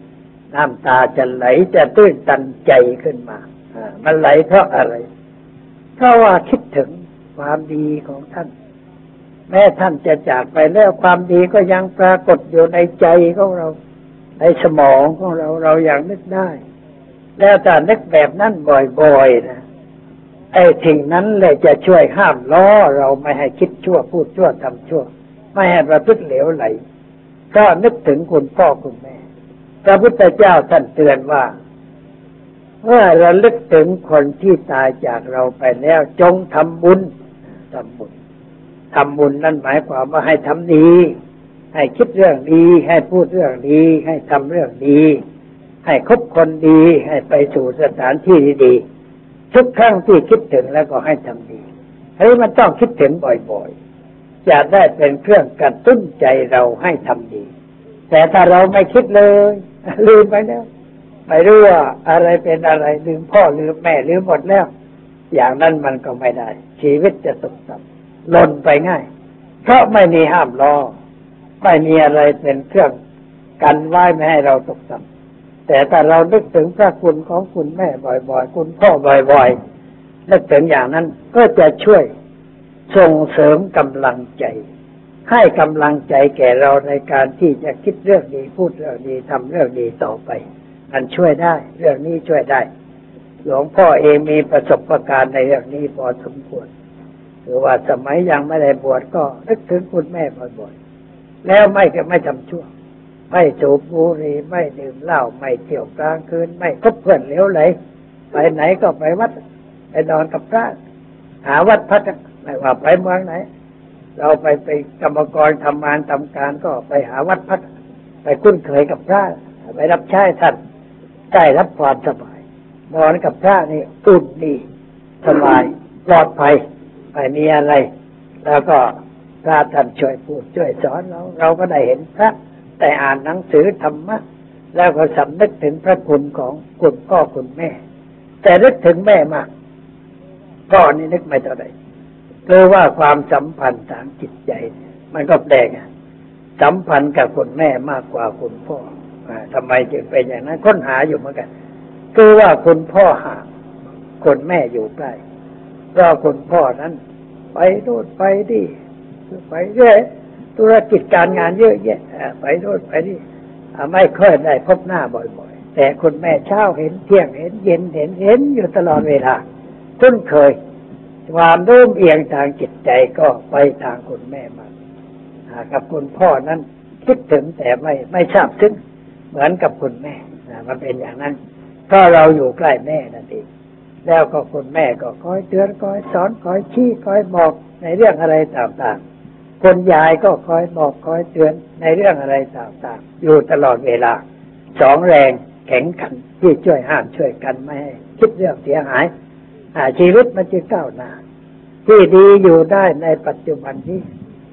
น้ำตาจะไหลจะตื้นตันใจขึ้นมาอ่ามันไหลเพราะอะไรเพราะว่าคิดถึงความดีของท่านแม้ท่านจะจากไปแล้วความดีก็ยังปรากฏอยู่ในใจของเราในสมองของเราเราอย่างนึกได้แล้วถ้านึกแบบนั้นบ่อยๆนะไอ้สิ่งนั้นแหละจะช่วยห้ามล้อเราไม่ให้คิดชั่วพูดชั่วทำชั่วไม่ให้ประพฤติเหลวไหลก็นึกถึงคุณพ่อคุณแม่พระพุทธเจ้าท่านเตือนว่าเมื่อระลึกถึงคนที่ตายจากเราไปแล้วจงทำบุญทำบุญทำบุญนั่นหมายความว่าให้ทำดีให้คิดเรื่องดีให้พูดเรื่องดีให้ทำเรื่องดีให้คบคนดีให้ไปสู่สถานที่ดีทุกครั้งที่คิดถึงแล้วก็ให้ทำดีเฮ้ยมันต้องคิดถึงบ่อยๆจะได้เป็นเครื่องกระตุ้นใจเราให้ทำดีแต่ถ้าเราไม่คิดเลยลืมไปแล้วไม่รู้ว่าอะไรเป็นอะไรลืมพ่อลืมแม่ลืมหมดแล้วอย่างนั้นมันก็ไม่ได้ชีวิตจะตกต่ำหล่นไปง่ายเพราะไม่มีห้ามล้อไม่มีอะไรเป็นเครื่องกันไว้ไม่ให้เราตกต่ำแต่ถ้าเรานึกถึงพระคุณของคุณแม่บ่อยๆคุณพ่อบ่อยๆนึกถึงอย่างนั้นก็จะช่วยส่งเสริมกำลังใจให้กำลังใจแก่เราในการที่จะคิดเรื่องดีพูดเรื่องดีทำเรื่องดีต่อไปมันช่วยได้เรื่องนี้ช่วยได้หลวงพ่อเองมีประสบการณ์ในเรื่องนี้พอสมควรคือว่าสมัยยังไม่ได้บวชก็นึกถึงคุณแม่บ่อยๆแล้วไม่ก็ไม่ทำชั่วไม่สูบบุหรี่ไม่ดื่มเหล้าไม่เที่ยวกลางคืนไม่คบเพื่อนเหลวไหลไปไหนก็ไปวัดไปนอนกับพระหาวัดพักไม่ว่าไปเมืองไหนเราไปไปกรรมกรทำงานทำการก็ไปหาวัดพักไปคุ้นเคยกับพระไปรับใช้ท่านได้รับความสบายนอนกับพระนี่อุ่นดีสบายปลอดภัยไม่มีอะไรแล้วก็พระท่านช่วยพูดช่วยสอนเราเราก็ได้เห็นพระได้อ่านหนังสือธรรมะแล้วก็สำนึกถึงพระคุณของคุณพ่อคุณแม่แต่นึกถึงแม่มากพ่อนี่นึกไม่เท่าไหร่คือว่าความสัมพันธ์ทางจิตใจมันก็แปลกสัมพันธ์กับคุณแม่มากกว่าคุณพ่อทำไมจึงเป็นอย่างนั้นค้นหาอยู่เหมือนกันคือว่าคุณพ่อห่างคุณแม่อยู่ใกล้เพราะคุณพ่อนั้นไปโน่นไปนี่ไปเรื่อยธุรกิจการงานเยอะแยะไปโน่นไปนี่ไม่ค่อยได้พบหน้าบ่อยๆแต่คุณแม่เช้าเห็นเที่ยงเห็นเย็นเห็นเห็นอยู่ตลอดเวลาคุ้นเคยความโน้มเอียงทางจิตใจก็ไปทางคุณแม่มากกับคุณพ่อนั้นคิดถึงแต่ไม่ไม่ทราบซึ้งเหมือนกับคุณแม่มันเป็นอย่างนั้นเพราะเราอยู่ใกล้แม่นั่นเองแล้วก็คุณแม่ก็คอยเตือนคอยสอนคอยชี้คอยบอกในเรื่องอะไรต่างๆคุณยายก็คอยบอกคอยเตือนในเรื่องอะไรต่างๆอยู่ตลอดเวลาสองแรงแข็งขันที่ช่วยห้ามช่วยกันไม่ให้คิดเรื่องเสียหายชีวิตมันจะก้าวหน้าที่ดีอยู่ได้ในปัจจุบันนี้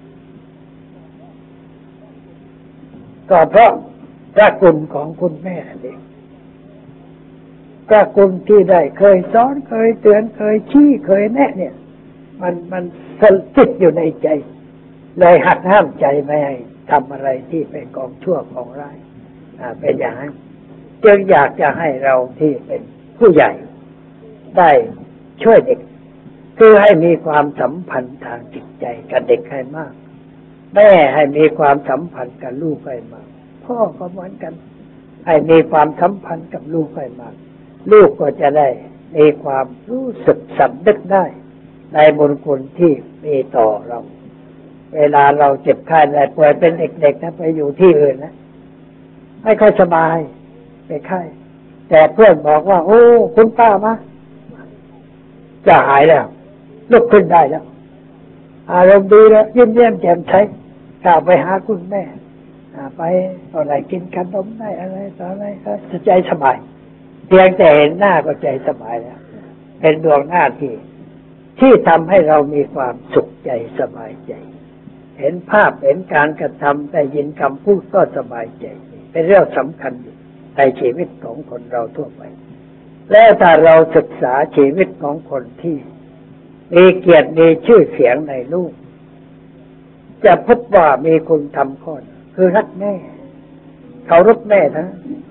ก็เพราะพระคุณของคุณแม่เองพระคุณที่ได้เคยสอนเคยเตือนเคยชี้เคยแนะเนี่ยมันมันสถิตอยู่ในใจเลยหักห้ามใจไม่ให้ทำอะไรที่เป็นกองชั่วของร้ายเป็นอย่างนั้นจึงอยากจะให้เราที่เป็นผู้ใหญ่ได้ช่วยเด็กคือให้มีความสัมพันธ์ทางจิตใจกับเด็กให้มากแม่ให้มีความสัมพันธ์กับลูกให้มากพ่อก็เหมือนกันให้มีความสัมพันธ์กับลูกให้มากลูกก็จะได้มีความรู้สึกสำนึกได้ในบุญคุณที่มีต่อเราเวลาเราเจ็บไข้ได้ป่วยเป็นเด็กๆนะไปอยู่ที่อื่นนะไม่ค่อยสบายไปไข้แต่เพื่อนบอกว่าโอ้คุณป้ามาจะหายแล้วลุกขึ้นได้แล้วอารมณ์ดีแล้วยิ้มแย้มแจ่มใสกลับไปหาคุณแม่ไปอะไรกินขนมได้อะไรต่ออะไรก็ใจสบายเพียงแต่เห็นหน้าก็ใจสบายแล้วเป็นดวงหน้าที่ที่ทำให้เรามีความสุขใจสบายใจเห็นภาพเห็นการกระทำได้ยินคำพูดก็สบายใจเป็นเรื่องสำคัญในชีวิตของคนเราทั่วไปแล้วถ้าเราศึกษาชีวิตของคนที่มีเกียรติมีชื่อเสียงในลูกจะพบว่ามีคุณธรรมข้อคือรักแม่เคารพแม่นะ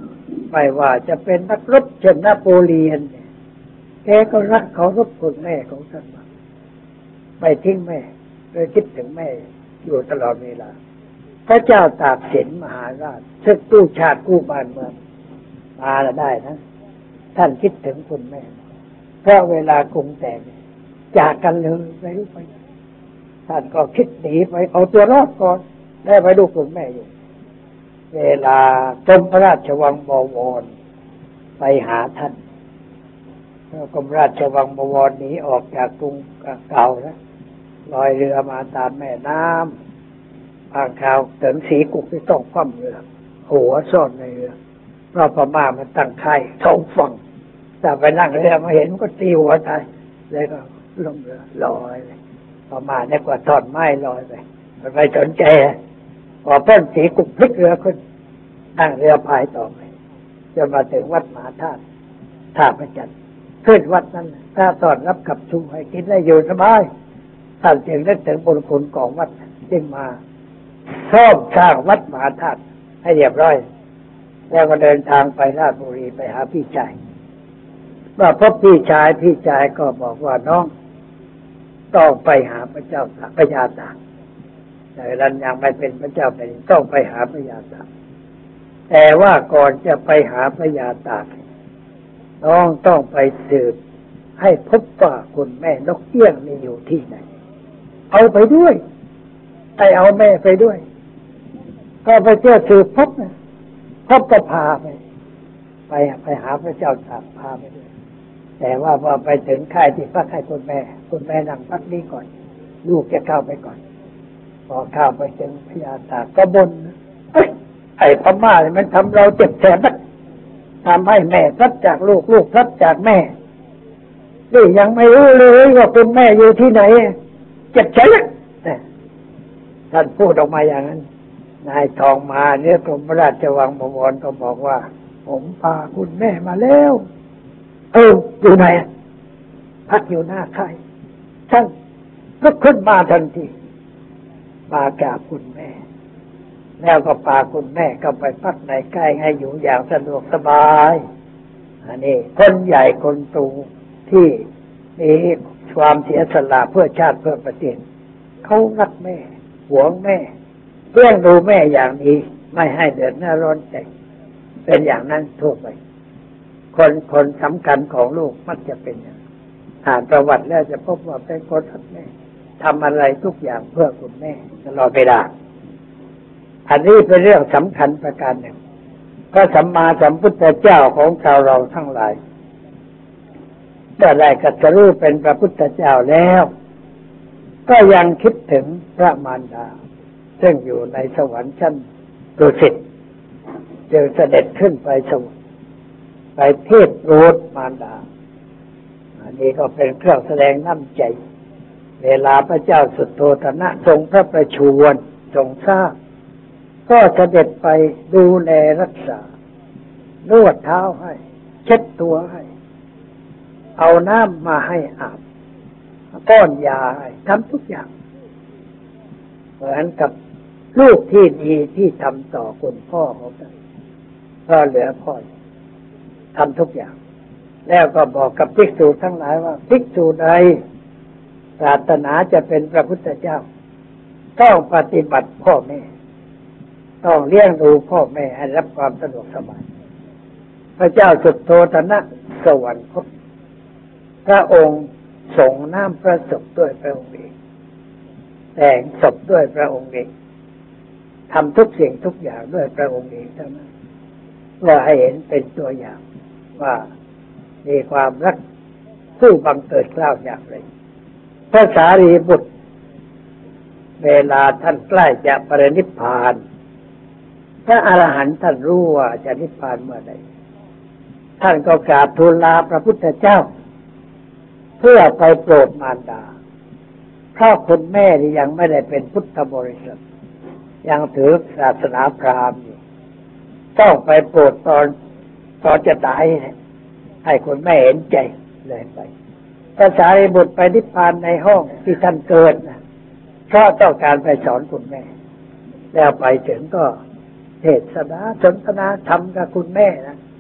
ไม่ว่าจะเป็นนักรบเช่นนโปเลียนเนี่ยแกก็รักเคารพคุณแม่ของท่านมากไม่ทิ้งแม่โดยคิดถึงแม่อยู่ตลอดเวลาพระเจ้าตากสินมหาราชซึ่งกู้ชาติกู้บ้านเมืองมาแล้วได้นะท่านคิดถึงคุณแม่เพราะเวลากรุงแตกจากกันเลยไปรู้ไปท่านก็คิดหนีไปเอาตัวรอดก่อนได้ไปดูคุณแม่อยู่เวลากรมพระราชวังบวรไปหาท่านกรมราชวังบวรหนีออกจากกรุงเก่าแล้วลอยเรือมาตามแม่น้ำบางคราวถึงสีกุกที่ต้องคว่ำเรือหัวซ่อนในเรือเพราะพม่ามันตั้งค่ายสองฝั่งแต่ไปนั่งเรือมาเห็นก็ตีหัวตายเลยก็ลงเรือลอยเลยพม่าเนี่ยกว่าทอดไม้ลอยไปมันไม่สนใจพอเพิ่นสีกุกพลิกเรือขึ้นนั่งเรือพายต่อไปจนมาถึงวัดมหาธาตุท่าพระจันทร์ขึ้นวัดนั้นถ้าตอนรับกับชุมให้กินได้อยู่สบายท่านจึงได้ถึงบุญคุณของวัดจึงมาซ่อมสร้างวัดมหาธาตุให้เรียบร้อยแล้วก็เดินทางไปราชบุรีไปหาพี่ชายเมื่อพบพี่ชายพี่ชายก็บอกว่าน้องต้องไปหาพระเจ้าพระยาตากแต่รันยังไม่เป็นพระเจ้าแผ่นดินต้องไปหาพระยาตากแต่ว่าก่อนจะไปหาพระยาตากน้องต้องไปสืบให้พบว่าคุณแม่นกเอี้ยงมีอยู่ที่ไหนเอาไปด้วยไอเอาแม่ไปด้วยก็ไปเที่ยวสืบพบนะพบก็พาไปไปไปหาพระเจ้าตากพาไปด้วยแต่ว่าพอไปถึงค่ายที่พักให้คุณแม่คุณแม่นั่งพักนี้ก่อนลูกจะเข้าไปก่อนพอเข้าไปถึงพระยาตากก็บ่นเอ้ยไอ้พม่าเนี่ยมันทำเราเจ็บแสบนักทำให้แม่พลัดจากลูกลูกพลัดจากแม่นี่ยังไม่รู้เลยว่าคุณแม่อยู่ที่ไหนเจ็บใจนักท่านพูดออกมาอย่างนั้นนายทองมาเนี่ยกรมพระราชวังบวรก็บอกว่าผมพาคุณแม่มาแล้วเอออยู่ไหนพักอยู่หน้าค่ายท่านก็ขึ้นมาทันทีมากราบคุณแม่แล้วก็พาคุณแม่ก็ไปพักในค่ายให้อยู่อย่างสะดวกสบายอันนี้คนใหญ่คนโตที่มีความเสียสละเพื่อชาติเพื่อประเทศเขารักแม่หวงแม่เลี้ยงดูแม่อย่างนี้ไม่ให้เดือดร้อนใจเป็นอย่างนั้นทั่วไปคนคนสำคัญของลูกมักจะเป็นอย่างอ่านประวัติแล้วจะพบว่าเป็นคนรักแม่ทำอะไรทุกอย่างเพื่อคุณแม่ตลอดเวลาอันนี้เป็นเรื่องสำคัญประการหนึ่งพระสัมมาสัมพุทธเจ้าของชาวเราทั้งหลายเมื่อได้ตรัสรู้เป็นพระพุทธเจ้าแล้วก็ยังคิดถึงพระมารดาซึ่งอยู่ในสวรรค์ชั้นดุสิตจึงเสด็จขึ้นไปสวรรค์ไปเทศโปรดมารดาอันนี้ก็เป็นเครื่องแสดงน้ำใจเวลาพระเจ้าสุโธทนะทรงพระประชวรทรงทราบก็เสด็จไปดูแลรักษานวดเท้าให้เช็ดตัวให้เอาน้ำมาให้อาบป้อนยาให้ทำทุกอย่างเหมือนกับลูกที่ดีที่ทำต่อคุณพ่อของท่านก็เหลือพ่อทำทุกอย่างแล้วก็บอกกับภิกษุทั้งหลายว่าภิกษุใดปรารถนาจะเป็นพระพุทธเจ้าต้องปฏิบัติพ่อแม่ต้องเลี้ยงดูพ่อแม่ให้รับความสะดวกสบายพระเจ้าสุโธทนะสวรรคตพระองค์ส่งน้ำพระศพด้วยพระองค์เองแต่งศพด้วยพระองค์เองทำทุกสิ่งทุกอย่างด้วยพระองค์เองเท่านั้นเพื่อให้เห็นเป็นตัวอย่างว่ามีความรักผู้บังเกิดเกล้าอย่างไรพระสารีบุตรเวลาท่านใกล้จะปรินิพพานพระอรหันต์ท่านรู้ว่าจะนิพพานเมื่อใดท่านก็กราบทูลลาพระพุทธเจ้าเพื่อไปโปรดมารดาเพราะคุณแม่ที่ยังไม่ได้เป็นพุทธบริษัทยังถือศาสนาพราหมณ์อยู่ต้องไปโปรดตอนตอนจะตายให้คุณแม่เห็นใจเลยไปพระสารีบุตรไปนิพพานในห้องที่ท่านเกิดนะเพราะต้องการไปสอนคุณแม่แล้วไปถึงก็เทศนาสนทนาธรรมกับคุณแม่นะ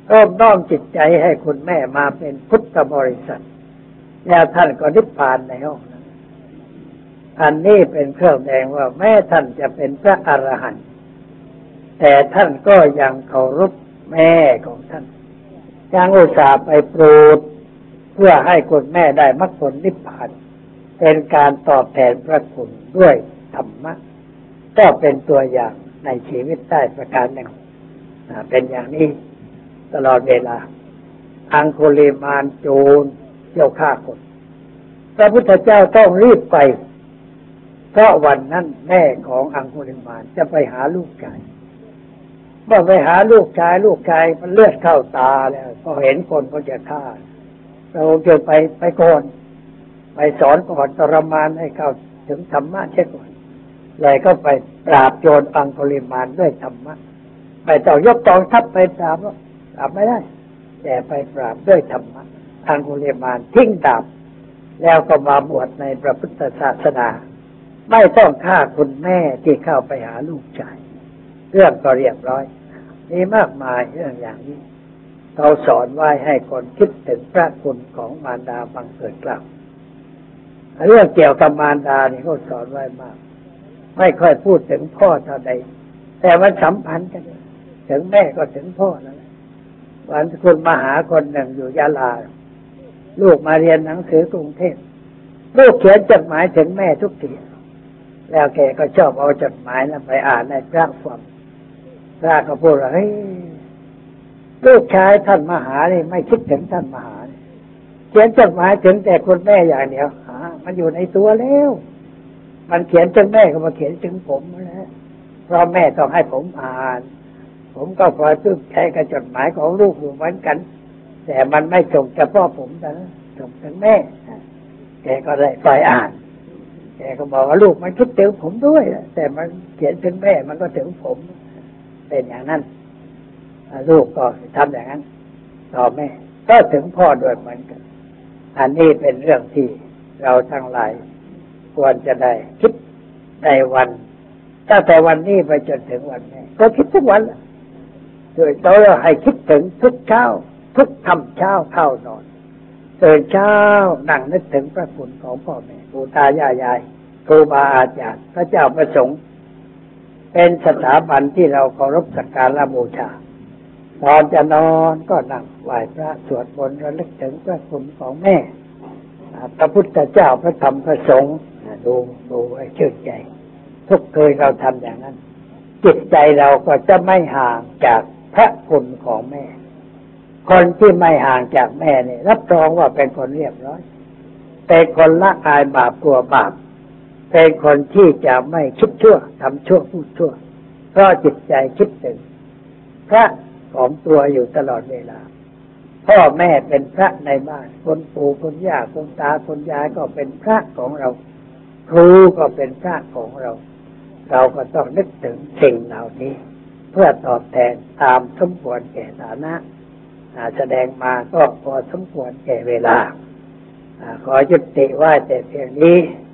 เริ่มน้อมจิตใจให้คุณแม่มาเป็นพุทธบริษัทแล้วท่านก็นิพพานในห้องนั้นอันนี้เป็นเครื่องแสดงว่าแม้ท่านจะเป็นพระอรหันต์แต่ท่านก็ยังเคารพแม่ของท่านยังอุตส่าห์ไปโปรดเพื่อให้คุณแม่ได้มรรคผลนิพพานเป็นการตอบแทนพระคุณด้วยธรรมะก็เป็นตัวอย่างในชีวิตได้ประการหนึ่งเป็นอย่างนี้ตลอดเวลาอังคุลิมานโจรเจ้าฆ่าคนพระพุทธเจ้าต้องรีบไปเพราะวันนั้นแม่ของอังคุลิมานจะไปหาลูกชายเมื่อไปหาลูกชายลูกชายมันเลือดเข้าตาแล้วพอเห็นคนก็จะฆ่าเราจะไปไปก่อนไปสอนก่อนทรมานให้เข้าถึงธรรมะเช่นก่อนเลยก็ไปปราบโจรอังคุลิมานด้วยธรรมะไปต่อยกกองทัพไปปราบปราบไม่ได้แต่ไปปราบด้วยธรรมะอังคุลิมานทิ้งดาบแล้วก็มาบวชในพระพุทธศาสนาไม่ต้องฆ่าคุณแม่ที่เข้าไปหาลูกชายเรื่องก็เรียบร้อยมีมากมายเรื่องอย่างนี้เขาสอนไว้ให้คนคิดถึงพระคุณของมารดาบังเกิดเกล้าเรื่องเกี่ยวกับมารดานี่เขาสอนไว้มากไม่ค่อยพูดถึงพ่อเท่าใดแต่มันสัมพันธ์กันถึงแม่ก็ถึงพ่อนั่นแหละวันคุณมาหาคนหนึ่งอยู่ยะลาลูกมาเรียนหนังสือกรุงเทพลูกเขียนจดหมายถึงแม่ทุกทีแล้วแกก็ชอบเอาจดหมายนั้นไปอ่านในพระฟังพระก็พูดว่าเฮ้ยลูกชายท่านมหานี่ไม่คิดถึงท่านมหาเขียนจดหมายถึงแต่คุณแม่อย่างเดียวหามันอยู่ในตัวแล้วมันเขียนถึงแม่ก็มาเขียนถึงผมแล้วเพราะแม่ต้องให้ผมอ่านผมก็พลอยปลื้มใจกับจดหมายของลูกอยู่เหมือนกันแต่มันไม่ส่งเฉพาะผมนะส่งถึงแม่แกก็ได้ไปอ่านแกก็บอกว่าลูกมันคิดถึงผมด้วยแต่มันเขียนถึงแม่มันก็ถึงผมเป็นอย่างนั้นลูกก็ทำอย่างนั้นต่อแม่ก็ถึงพ่อด้วยเหมือนกันอันนี้เป็นเรื่องที่เราทั้งหลายควรจะได้คิดในวันตั้งแต่วันนี้ไปจนถึงวันแม่ก็คิดทุกวันแหละโดยเราให้คิดถึงทุกเช้าทุกค่ำเช้าเข้านอนตื่นเช้านั่งนึกถึงพระคุณของพ่อแม่ปู่ตายายายครูบาอาจารย์พระเจ้าประสงค์เป็นสถาบันที่เราเคารพสักการะบูชาตอนจะนอนก็นั่งไหว้พระสวดมนต์ระลึกถึงพระคุณของแม่พระพุทธเจ้าพระธรรมพระสงฆ์ดูดูไอ้ชื่นใจทุกเคยเราทำอย่างนั้นจิตใจเราก็จะไม่ห่างจากพระคุณของแม่คนที่ไม่ห่างจากแม่เนี่ยรับรองว่าเป็นคนเรียบร้อยเป็นคนละอายบาปกลัวบาปเป็นคนที่จะไม่คิดชั่วทำชั่วพูดชั่วเพราะจิตใจคิดถึงพระของตัวอยู่ตลอดเวลาพ่อแม่เป็นพระในบ้านคนปู่คนย่าคนตาคนยายก็เป็นพระของเราครูก็เป็นพระของเราเราก็ต้องนึกถึงสิ่งเหล่านี้เพื่อตอบแทนตามสมควรแก่ฐานะแสดงมาก็พอสมควรแก่เวลาขอยุติไว้แต่เพียงนี้